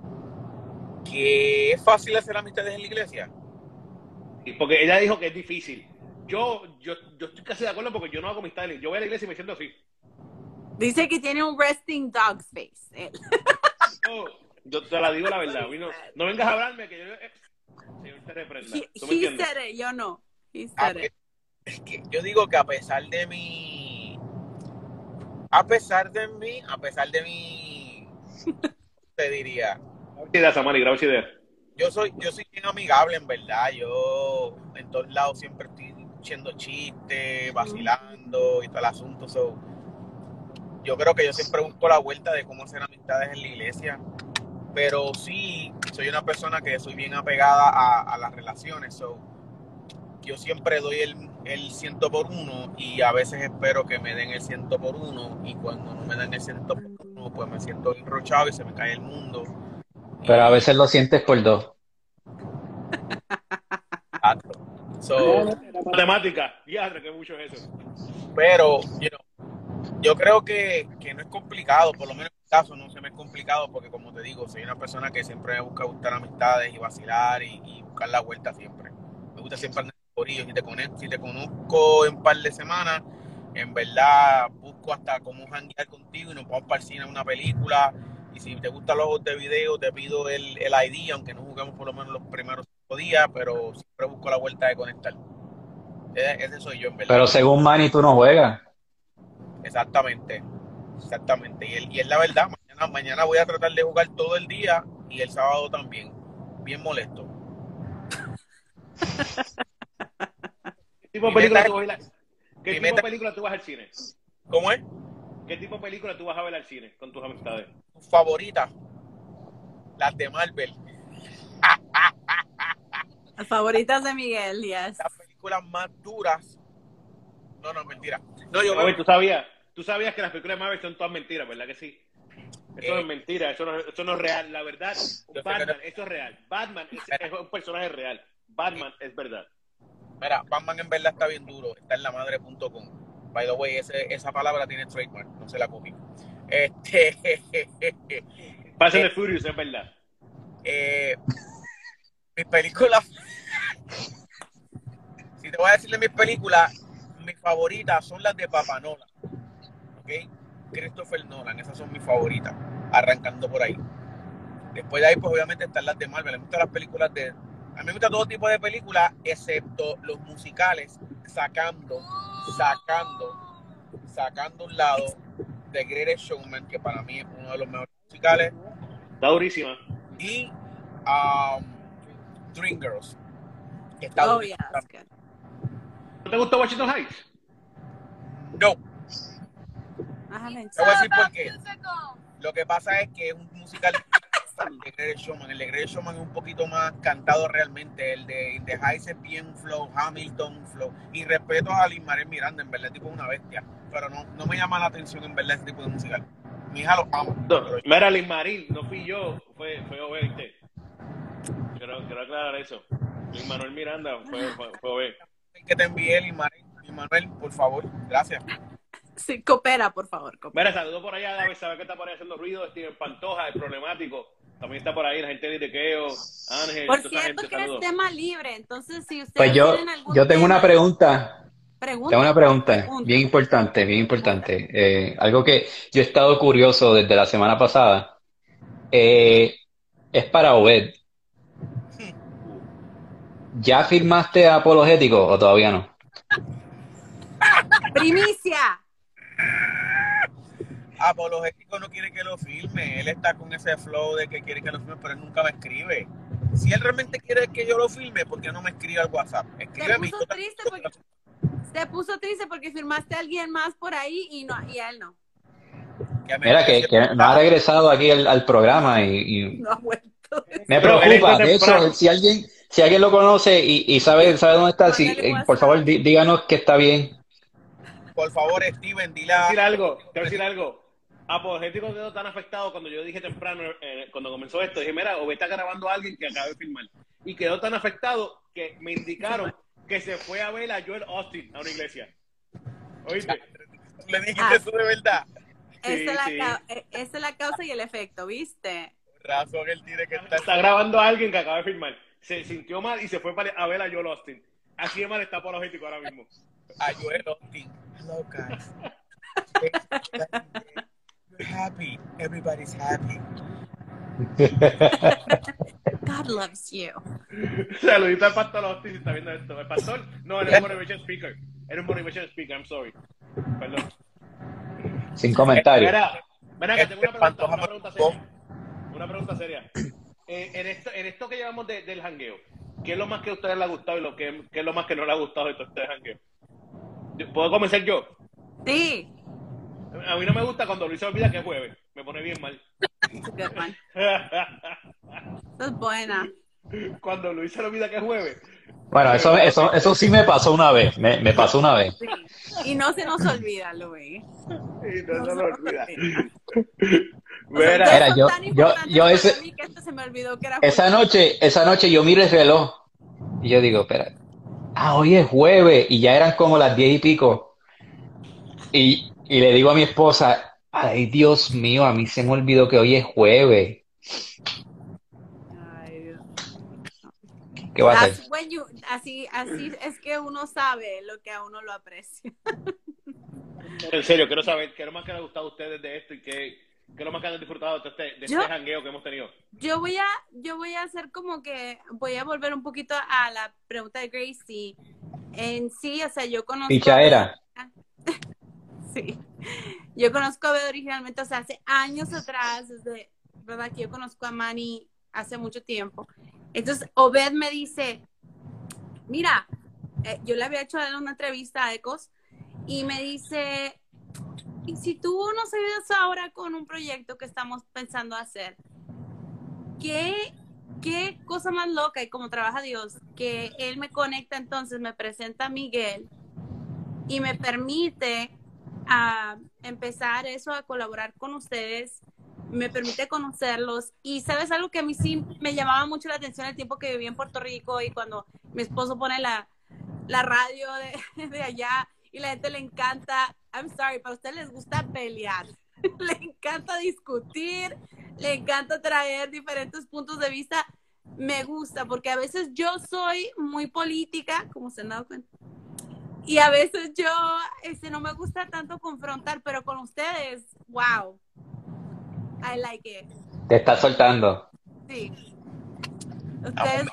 que es fácil hacer amistades en la iglesia. Y porque ella dijo que es difícil. Yo, yo, yo estoy casi de acuerdo porque yo no hago amistades. Yo voy a la iglesia y me siento así. Dice que tiene un resting dog's face. él. Yo, yo te la digo la verdad. No, no vengas a hablarme que yo... Eh, Señor te reprenda. He, ¿Tú me he entiendes? said it, yo no. He A said pe- it. es que yo digo que a pesar de mi, a pesar de mí, a pesar de mi, te diría, Graba esa idea, Samari, graba esa idea. yo soy, yo soy bien amigable en verdad. Yo en todos lados siempre estoy echando chistes, vacilando y todo el asunto. So, yo creo que yo siempre busco la vuelta de cómo hacer amistades en la iglesia. Pero sí, soy una persona que soy bien apegada a, a las relaciones. So, yo siempre doy el, el ciento por uno y a veces espero que me den el ciento por uno y cuando no me dan el ciento por uno, pues me siento enrochado y se me cae el mundo. Pero a veces lo sientes por dos. Exacto. So, Matemática. Diadre, que mucho es eso. pero, you know, yo creo que, que no es complicado, por lo menos en mi caso no se me es complicado porque como te digo, soy una persona que siempre me busca buscar amistades y vacilar y, y buscar la vuelta siempre. Me gusta siempre andar en corillo. Si te conozco, si te conozco en un par de semanas, en verdad busco hasta cómo janguear contigo y nos vamos para el cine a una película. Y si te gustan los juegos de video, te pido el, el I D, aunque no juguemos por lo menos los primeros cinco días, pero siempre busco la vuelta de conectar. Ese, ese soy yo, en verdad. Pero según Manny, tú no juegas. Exactamente, exactamente. Y, el, y es la verdad, mañana, mañana voy a tratar de jugar todo el día y el sábado también. Bien molesto. ¿Qué tipo de Mi película meta- tú vas a ir a- ¿Qué mi tipo meta- de película tú vas al cine? ¿Cómo es? ¿Qué tipo de película tú vas a ver al cine con tus amistades? Tu favorita. Las de Marvel. Las favoritas de Miguel, yes. Las películas más duras. No, no, mentira. No, yo Oye, veo. ¿tú sabías, tú sabías que las películas de Marvel son todas mentiras, ¿verdad que sí? Eso Eh. es mentira, eso no, eso no es real. La verdad, Yo sé Batman, que no- eso es real. Batman es, es un personaje real. Batman es verdad. Mira, Batman en verdad está bien duro, está en la madre punto com. By the way, ese, esa palabra tiene trademark, no se la copie. Este. Fast and the Furious, es verdad. Eh, mis películas. Si te voy a decirle mis películas, mis favoritas son las de Papa Nolan. ¿Ok? Christopher Nolan, esas son mis favoritas. Arrancando por ahí. Después de ahí, pues obviamente están las de Marvel. Me gustan las películas de. A mí me gusta todo tipo de películas, excepto los musicales, sacando, sacando, sacando un lado The Greatest Showman, que para mí es uno de los mejores musicales. Está durísima. Y um, Dreamgirls, que está Oh, durísima. yeah, that's good. ¿No te gustó Washington Heights? No, I haven't te voy a seen decir por qué. Lo que pasa es que es un musical el de Greatest Showman. El de Greatest Showman es un poquito más cantado realmente. El de, el de Heights es bien flow, Hamilton flow. Y respeto a Lin-Manuel Miranda, en verdad es tipo una bestia. Pero no, no me llama la atención en verdad ese tipo de musical. Mi hija lo ama. No, mira, Lin-Manuel, no fui yo, fue, fue Ove, ¿viste? Quiero, quiero aclarar eso. Lin-Manuel Miranda fue, fue, fue Ove. Que te envié, Lin-Manuel, Lin-Manuel, por favor, gracias. Sí, coopera, por favor, coopera. Mira, saludo por allá, David, sabe que está por ahí haciendo ruido, Steven Pantoja, el problemático. También está por ahí la gente de Tequeo, Ángel, Por toda esa cierto, gente, que eres saludos. tema libre, entonces si ustedes Pues yo, tienen algún yo tengo una tema, pregunta, pregunten, tengo una pregunta pregunten. bien importante, bien importante. Eh, algo que yo he estado curioso desde la semana pasada. Eh, es para Obed. ¿Ya firmaste Apologético o todavía no? Primicia. Apologético no quiere que lo filme. Él está con ese flow de que quiere que lo filme, pero él nunca me escribe. Si él realmente quiere que yo lo filme, ¿por qué no me escribe al WhatsApp? Se Escríbeme. puso triste porque se puso triste porque firmaste a alguien más por ahí y no y a él no. Que me Mira, que, escribe. que no ha regresado aquí al, al programa y, y No ha vuelto. me Pero él preocupa. entra De hecho, temprano. si alguien, si alguien lo conoce y, y sabe, sabe dónde está, si, Mándale eh, WhatsApp. por favor, dí- díganos que está bien. Por favor, Steven, dile Te voy a a... decir algo, te voy a decir algo. Apologético quedó tan afectado cuando yo dije temprano, eh, cuando comenzó esto, dije, mira, Ove está grabando a alguien que acaba de filmar. Y quedó tan afectado que me indicaron que se fue a ver a Joel Austin a una iglesia. ¿Oíste? ¿Le dijiste Ah. eso de verdad? Esa es la sí. ca- eh, esa es la causa y el efecto, ¿viste? Razón, él tiene que estar... Está grabando a alguien que acaba de filmar. Se sintió mal y se fue para- a ver a Joel Austin. Así de mal está Apologético ahora mismo. A Joel Austin. Hello, guys. You're happy. Everybody's happy. God loves you. Saludito al pastor Austin si está viendo esto. El pastor, no, era un motivation speaker. Era un motivation speaker, I'm sorry. Perdón. Sin comentarios. Mira, mira que tengo una pregunta, Pantoja una pregunta seria. Una pregunta seria. Eh, en, esto, en esto que llevamos de, del jangueo, ¿qué es lo más que a ustedes les ha gustado y lo que, qué es lo más que no les ha gustado de todo este jangueo? ¿Puedo comenzar yo? Sí. A mí no me gusta cuando Luis se olvida que es jueves. Me pone bien mal. It's a good one. Eso es buena. Cuando Luis se le olvida que es jueves. Bueno, eso, eso, eso sí me pasó una vez. Me, me pasó una vez. Sí. Y no se nos olvida, Luis. Y no, No se se me nos olvida. olvida. O sea, Mira, ustedes Era, son yo- tan yo- importantes yo para ese- mí que esto se me olvidó que era Esa jueves. noche, esa noche yo miro el reloj y yo digo, espera, ah, hoy es jueves y ya eran como las diez y pico. Y, y le digo a mi esposa, ay, Dios mío, a mí se me olvidó que hoy es jueves. Ay, Dios. ¿Qué va a That's hacer? when you- así, así es que uno sabe lo que a uno lo aprecia. en serio, quiero saber qué es lo más que les ha gustado a ustedes de esto y qué, qué es lo más que han disfrutado de este, de Yo- este jangueo que hemos tenido. Yo voy a, yo voy a hacer como que, voy a volver un poquito a la pregunta de Gracie. En sí, o sea, yo conozco... Pichadera. Sí. Yo conozco a Obed originalmente, o sea, hace años atrás, desde, ¿verdad? Que yo conozco a Manny hace mucho tiempo. Entonces, Obed me dice, mira, eh, yo le había hecho a él una entrevista a Ecos y me dice, ¿y si tú nos ayudas ahora con un proyecto que estamos pensando hacer? ¿Qué, qué cosa más loca y cómo trabaja Dios? Que él me conecta entonces, me presenta a Miguel y me permite a empezar eso, a colaborar con ustedes, me permite conocerlos. Y sabes algo que a mí sí me llamaba mucho la atención el tiempo que viví en Puerto Rico y cuando mi esposo pone la, la radio de, de allá y la gente le encanta, I'm sorry, pero a ustedes les gusta pelear, le encanta discutir, le encanta traer diferentes puntos de vista. Me gusta porque a veces yo soy muy política, como se han dado cuenta, y a veces yo este, no me gusta tanto confrontar, pero con ustedes, wow, I like it. Te estás soltando. Sí. Ustedes...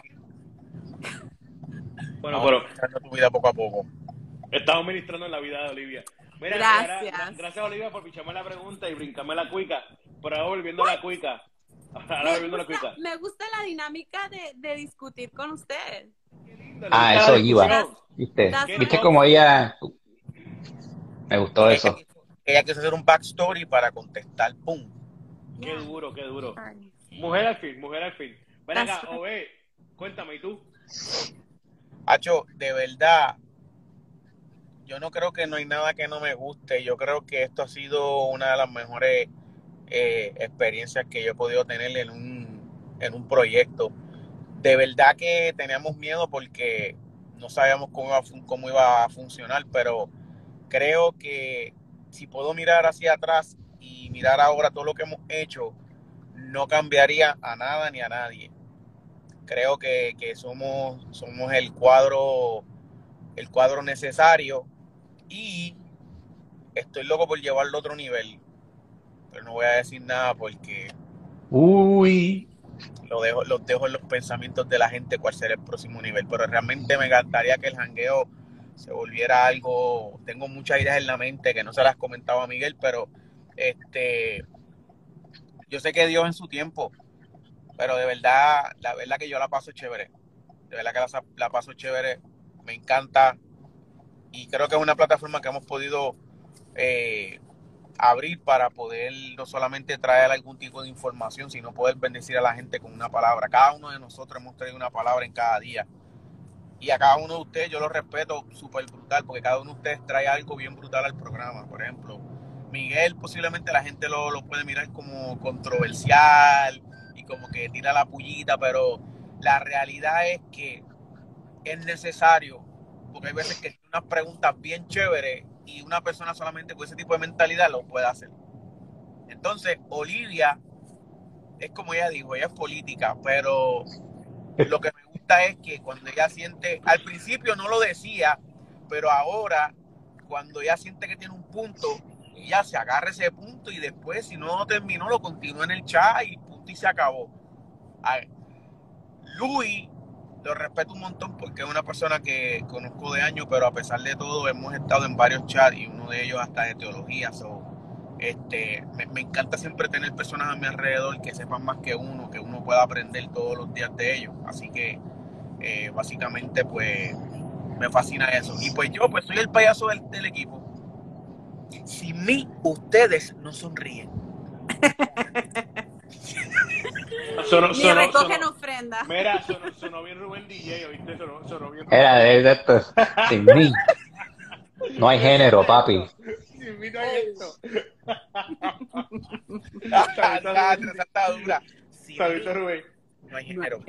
Bueno, pero Vamos tu vida poco a poco. estamos ministrando en la vida de Olivia. Mira, Gracias. Ahora, gracias Olivia por picharme la pregunta y brincarme la cuica. Pero ahora volviendo a la cuica. Ahora Me volviendo a la gusta, cuica. me gusta la dinámica de, de discutir con ustedes. Ah, eso iba. ¿Viste? ¿Viste cómo ella... Me gustó eso. Ella, ella quiso hacer un backstory para contestar, ¡pum! Qué duro, qué duro. Mujer al fin, mujer al fin. Ven acá, Ove, cuéntame, ¿y tú? Hacho, de verdad, yo no creo que no hay nada que no me guste. Yo creo que esto ha sido una de las mejores eh, experiencias que yo he podido tener en un, en un proyecto. De verdad que teníamos miedo porque no sabíamos cómo iba, a fun- cómo iba a funcionar, pero creo que si puedo mirar hacia atrás y mirar ahora todo lo que hemos hecho, no cambiaría a nada ni a nadie. Creo que, que somos, somos el cuadro, el cuadro necesario y estoy loco por llevarlo a otro nivel. Pero no voy a decir nada porque Uy. lo dejo, los dejo en los pensamientos de la gente cuál será el próximo nivel. Pero realmente me encantaría que el jangueo se volviera algo. Tengo muchas ideas en la mente que no se las comentaba a Miguel, pero este, yo sé que Dios en su tiempo, pero de verdad, la verdad que yo la paso chévere. De verdad que la, la paso chévere. Me encanta. Y creo que es una plataforma que hemos podido eh, abrir para poder no solamente traer algún tipo de información, sino poder bendecir a la gente con una palabra. Cada uno de nosotros hemos traído una palabra en cada día. Y a cada uno de ustedes yo los respeto súper brutal, porque cada uno de ustedes trae algo bien brutal al programa. Por ejemplo, Miguel posiblemente la gente lo, lo puede mirar como controversial y como que tira la pullita, pero la realidad es que es necesario, porque hay veces que tiene unas preguntas bien chéveres y una persona solamente con ese tipo de mentalidad lo puede hacer. Entonces, Olivia es como ella dijo, ella es política, pero lo que me gusta es que cuando ella siente, al principio no lo decía, pero ahora cuando ella siente que tiene un punto, ella se agarra ese punto y después si no lo terminó lo continúa en el chat y punto y se acabó. A ver, Luis lo respeto un montón porque es una persona que conozco de años, pero a pesar de todo hemos estado en varios chats y uno de ellos hasta de teología. So, este, me, me encanta siempre tener personas a mi alrededor que sepan más que uno, que uno pueda aprender todos los días de ellos. Así que eh, básicamente pues me fascina eso. Y pues yo pues soy el payaso del, del equipo. Sin mí ustedes no sonríen. Sonó, Ni sonó, recogen sonó. ofrenda. Mira, sonó, sonó bien Rubén D J, ¿oíste? Sonó, sonó bien. Era de esto. Sin mí. No hay género, papi. Sin mí no hay esto. La está dura. Sin Saludito a mí Rubén. no hay género.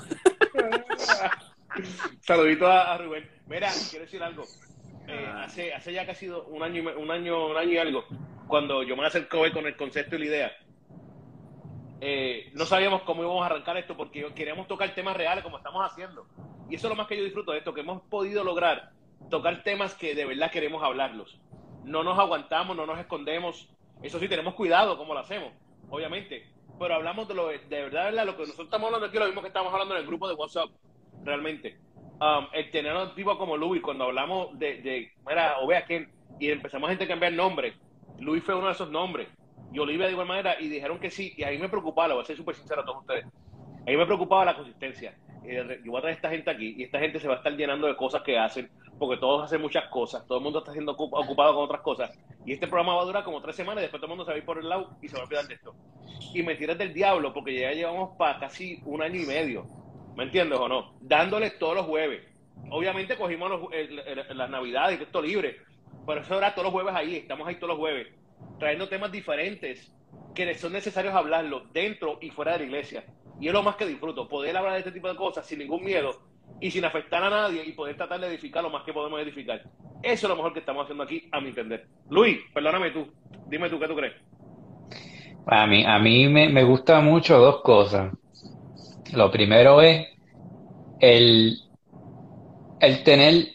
Saludito a, a Rubén. Mira, quiero decir algo. Eh, hace, hace ya casi un año, y me- un año, un año y algo, cuando yo me acercé con el concepto y la idea, eh, no sabíamos cómo íbamos a arrancar esto porque queríamos tocar temas reales como estamos haciendo. Y eso es lo más que yo disfruto de esto, que hemos podido lograr tocar temas que de verdad queremos hablarlos. No nos aguantamos, no nos escondemos. Eso sí, tenemos cuidado como lo hacemos, obviamente. Pero hablamos de lo de verdad, ¿verdad? Lo que nosotros estamos hablando aquí, lo mismo que estamos hablando en el grupo de WhatsApp, realmente. Um, el tener a un tipo como Luis, cuando hablamos de, de mira, o vea quién, y empezamos a intercambiar nombres, Luis fue uno de esos nombres, y Olivia de igual manera, y dijeron que sí, y a mí me preocupaba, lo voy a ser súper sincero a todos ustedes, a mí me preocupaba la consistencia. Eh, yo voy a traer a esta gente aquí, y esta gente se va a estar llenando de cosas que hacen, porque todos hacen muchas cosas, todo el mundo está siendo ocupado con otras cosas, y este programa va a durar como tres semanas, y después todo el mundo se va a ir por el lado, y se va a olvidar de esto. Y mentiras del diablo, porque ya llevamos para casi un año y medio, ¿me entiendes o no? Dándoles todos los jueves. Obviamente cogimos los, el, el, el, las navidades y todo esto libre, pero eso era todos los jueves ahí, estamos ahí todos los jueves, trayendo temas diferentes que son necesarios hablarlos dentro y fuera de la iglesia. Y es lo más que disfruto, poder hablar de este tipo de cosas sin ningún miedo y sin afectar a nadie y poder tratar de edificar lo más que podemos edificar. Eso es lo mejor que estamos haciendo aquí, a mi entender. Luis, perdóname tú, dime tú, ¿qué tú crees? A mí, a mí me, me gusta mucho dos cosas. Lo primero es el, el tener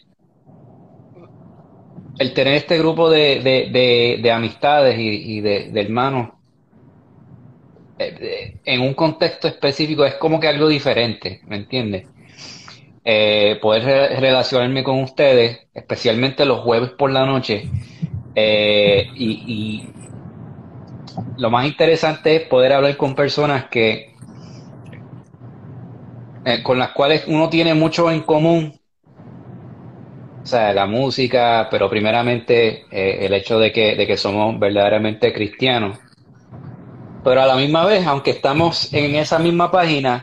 el tener este grupo de, de, de, de amistades y, y de, de hermanos eh, eh, en un contexto específico es como que algo diferente, ¿me entiendes? Eh, poder re- relacionarme con ustedes, especialmente los jueves por la noche, eh, y, y lo más interesante es poder hablar con personas que eh, con las cuales uno tiene mucho en común, o sea, la música, pero primeramente eh, el hecho de que, de que somos verdaderamente cristianos. Pero a la misma vez, aunque estamos en esa misma página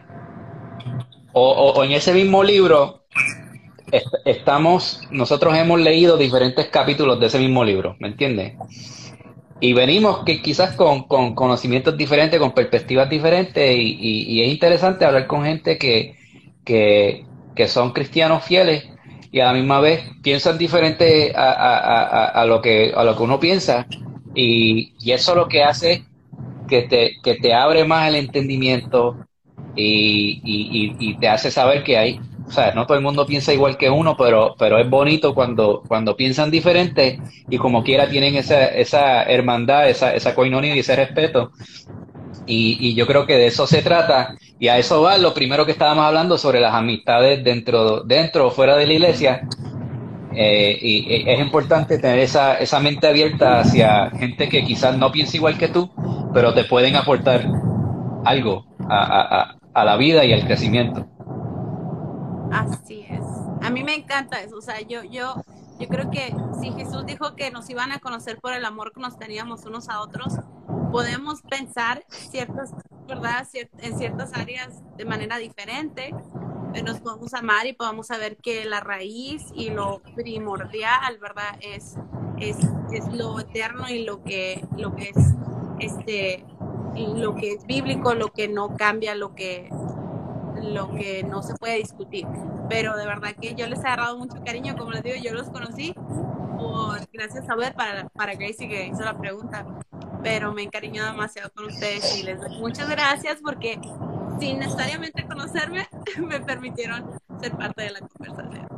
o, o- o en ese mismo libro, est- estamos, nosotros hemos leído diferentes capítulos de ese mismo libro, ¿me entiendes? Y venimos que quizás con, con conocimientos diferentes, con perspectivas diferentes, y, y- y es interesante hablar con gente que, que, que son cristianos fieles y a la misma vez piensan diferente a, a- a- a- a lo que, a lo que uno piensa, y, y eso lo que hace que te, que te abre más el entendimiento y, y, y, y te hace saber que hay, o sea, no todo el mundo piensa igual que uno, pero, pero es bonito cuando, cuando piensan diferente y como quiera tienen esa, esa hermandad, esa, esa coinonía y ese respeto. Y, y yo creo que de eso se trata, y a eso va lo primero que estábamos hablando sobre las amistades dentro, dentro o fuera de la iglesia. Eh, y y es importante tener esa, esa mente abierta hacia gente que quizás no piensa igual que tú, pero te pueden aportar algo a, a, a, a la vida y al crecimiento. Así es. A mí me encanta eso. O sea, yo, yo, yo creo que si Jesús dijo que nos iban a conocer por el amor que nos teníamos unos a otros, podemos pensar ciertas, ¿verdad? Cier- en ciertas áreas de manera diferente, pero nos podemos amar y podemos saber que la raíz y lo primordial, ¿verdad? Es, es, es lo eterno y lo que, lo que es, este, lo que es bíblico, lo que no cambia, lo que lo que no se puede discutir. Pero de verdad que yo les he agarrado mucho cariño, como les digo, yo los conocí por, gracias a ver para, para Gracie que hizo la pregunta, pero me encariño demasiado con ustedes y les doy muchas gracias porque sin necesariamente conocerme, me permitieron ser parte de la conversación.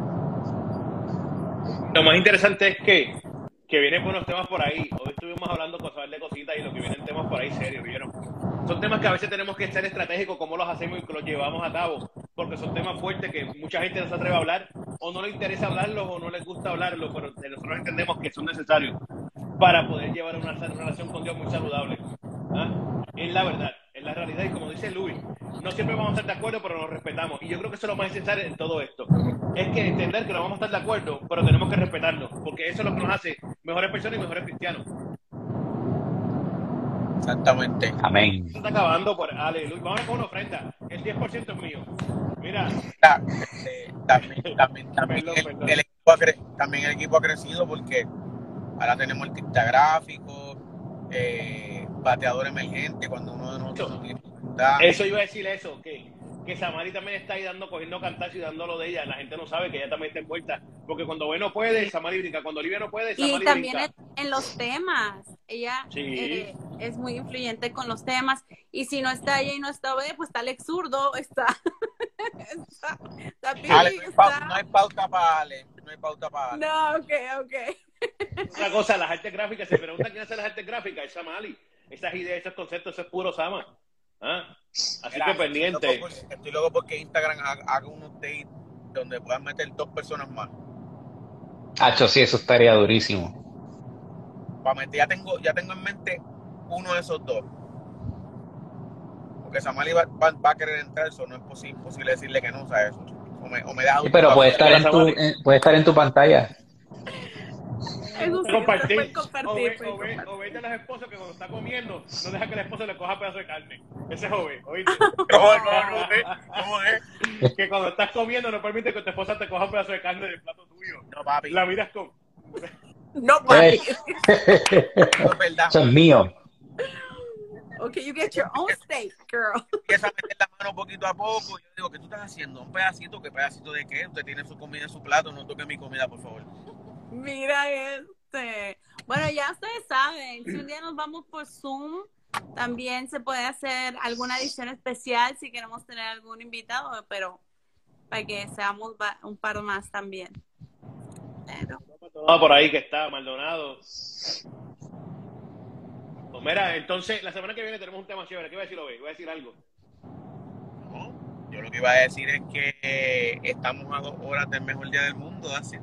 Lo más interesante es que, que vienen buenos temas por ahí. Hoy estuvimos hablando cosas de cositas y lo que vienen temas por ahí serios, ¿vieron? Son temas que a veces tenemos que ser estratégicos cómo los hacemos y que los llevamos a cabo, porque son temas fuertes que mucha gente no se atreve a hablar, o no le interesa hablarlos, o no les gusta hablarlos, pero nosotros entendemos que son necesarios para poder llevar una relación con Dios muy saludable. ¿Ah? Es la verdad, es la realidad, y como dice Luis, no siempre vamos a estar de acuerdo, pero nos respetamos, y yo creo que eso es lo más necesario en todo esto, es que entender que no vamos a estar de acuerdo, pero tenemos que respetarnos, porque eso es lo que nos hace mejores personas y mejores cristianos. Exactamente. Amén. Se está acabando por aleluya. Vamos a con una ofrenda. El diez por ciento es mío. Mira. Mira, este, también, también, también, Perdón, el, perdón. el equipo ha cre- también el equipo ha crecido porque ahora tenemos artista gráfico, eh, bateador emergente cuando uno de nosotros no tiene dificultad. Eso iba a decir eso, que, que Samari también está ahí dando, cogiendo cantazo y dando lo de ella. La gente no sabe que ella también está envuelta. Porque cuando Ben no puede, Samari brinca. Cuando Olivia no puede, Samari Y también brinca. en, en los temas, ella Sí. eh, es muy influyente con los temas, y si no está ella y no está B, pues está Alex Zurdo, está, está, está Pili, Ale, no, hay pau- está... no hay pauta para Ale, no hay pauta para Ale. No, ok, ok. Una cosa, las artes gráficas, se pregunta quién hace las artes gráficas, es Samari. Esas ideas, esos conceptos, eso es puro Sama. ¿Ah? Así Mira, que pendiente. Estoy loco, por- estoy loco porque Instagram ha- haga un update donde puedan meter dos personas más. Hacho, sí, eso estaría durísimo. Para meter, ya tengo, ya tengo en mente uno de esos dos. Porque Samali va, va, va a querer entrar, eso no es posible, imposible decirle que no, o sea, eso. O me, o me deja Sí, pero puede estar en tu, Samari. en- puede estar en tu pantalla. Eso sí, Compartir. se puede O compartir, ve, puede o, ve, compartir. o vete a los esposos que cuando está comiendo no deja que el esposo le coja pedazo de carne. Ese es joven, ¿oíste? No, no, no, ¿eh? ¿Cómo es? Que cuando estás comiendo no permite que tu esposa te coja un pedazo de carne del plato tuyo. No, papi, La miras con... No, papi. Eh, no es verdad. Eso es mío. Okay, you get your own steak, girl. Empieza a meter la mano poquito a poco. Yo digo, ¿qué tú estás haciendo? ¿Un pedacito? ¿Qué pedacito de qué? Usted tiene su comida en su plato, no toque mi comida, por favor. Mira este. Bueno, ya ustedes saben, si un día nos vamos por Zoom, también se puede hacer alguna edición especial si queremos tener algún invitado, pero para que seamos un par más también. Pero... todo por ahí que está Maldonado. Pues mira, entonces la semana que viene tenemos un tema chévere. ¿Qué iba a decir, Obey? Voy a decir algo. No, yo lo que iba a decir es que eh, estamos a dos horas del mejor día del mundo, así.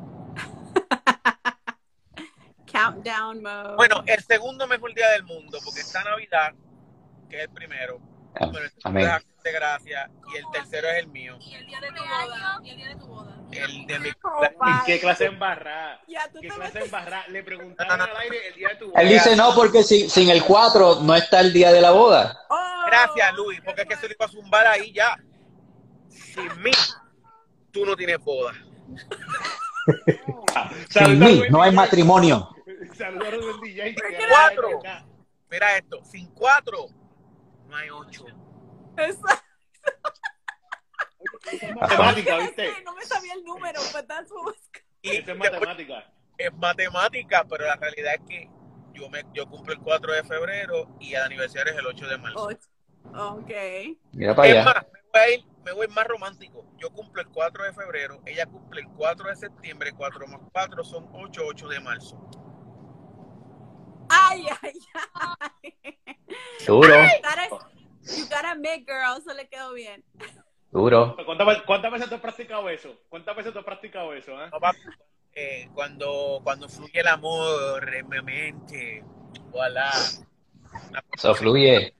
Countdown mode. Bueno, el segundo mejor día del mundo, porque está Navidad, que es el primero. Ah, Pero el amén. segundo es Acción de Gracia y el tercero es el mío. Y el día de tu boda. Y el día de tu boda. El de mi ¿Y qué clase de embarrada? Ya, tú ¿Qué te clase de metes- embarrada? Le preguntaron al aire el día de tu boda. Él dice no porque sin, sin el cuatro no está el día de la boda. Oh, Gracias, Luis, porque es que se lo iba a zumbar ahí ya. Sin mí, tú no tienes boda. Sin mí no hay matrimonio. Saludos a Rubén D J. que Cuatro. era- Mira esto, sin cuatro, no hay ocho. Exacto. Matemática, ¿viste? No me sabía el número, but that's what was... Y Eso es matemática. es matemática, pero la realidad es que yo me yo cumplo el cuatro de febrero y el aniversario es el ocho de marzo. Ocho. Ok. Mira para Es allá. más, me voy a ir, me voy a ir más romántico. Yo cumplo el cuatro de febrero, ella cumple el cuatro de septiembre, cuatro más cuatro son ocho, ocho de marzo. Ay, ay, ay. Duro, You gotta, you gotta admit, girl, eso le quedó bien. duro. ¿Cuántas, ve- ¿Cuántas veces tú has practicado eso? ¿Cuántas veces tú has practicado eso? ¿eh? No, papi, eh, cuando, cuando fluye el amor en mi mente, voilà. Eso fluye.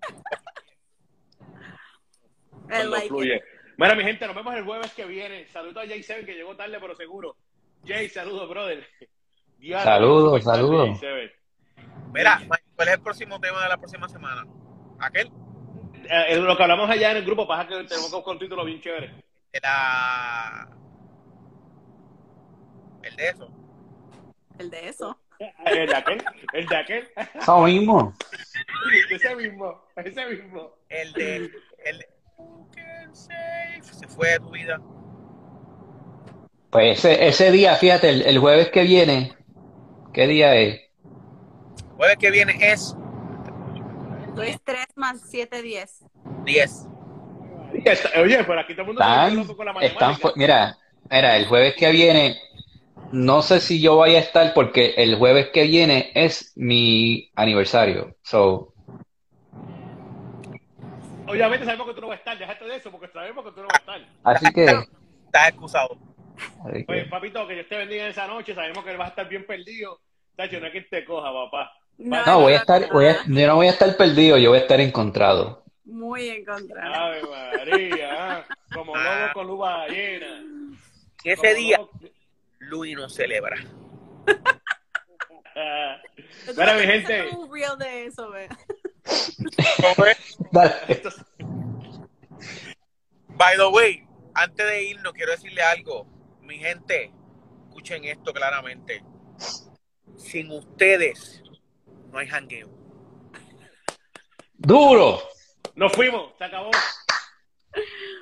I Cuando like it. fluye. Mira, mi gente, nos vemos el jueves que viene. Saludos a Jay Seven, que llegó tarde, pero seguro. Jay, saludos, brother. Diablo, Saludos, súper tarde, saludos. Jay Seven. Mira, Mike, ¿cuál es el próximo tema de la próxima semana? ¿Aquel? Eh, lo que hablamos allá en el grupo, pasa que tenemos que buscar un título bien chévere. De la... El de eso. El de eso. El de aquel, el de aquel. Eso mismo. Ese mismo, ese mismo. El de... El de... Who can save? Se fue de tu vida. Pues ese, ese día, fíjate, el, el jueves que viene, ¿qué día es? Jueves que viene es Entonces, tres más siete, diez. diez. Oye, por aquí todo el mundo está Están, loco con la están, matemática. fu- mira, mira, el jueves que viene, no sé si yo vaya a estar porque el jueves que viene es mi aniversario. So, Obviamente sabemos que tú no vas a estar, déjate de eso, porque sabemos que tú no vas a estar. así que, Estás excusado. así Pues, que- papito, que Dios te bendiga en esa noche, sabemos que vas a estar bien perdido. Tacho, no es que te coja, papá. no, voy a estar, voy a, yo no voy a estar perdido, yo voy a estar encontrado. Muy encontrado. Ave María, ¿ah? Como lobo con luva llena. Y ese Como día, lobo- Luis no celebra. Ah. Entonces, Mira, mi hay que gente. hacer un reel de eso, ve. Dale. Esto es- By the way, antes de irnos, quiero decirle algo. Mi gente, escuchen esto claramente. Sin ustedes, no hay jangueo. Duro. Nos fuimos, se acabó.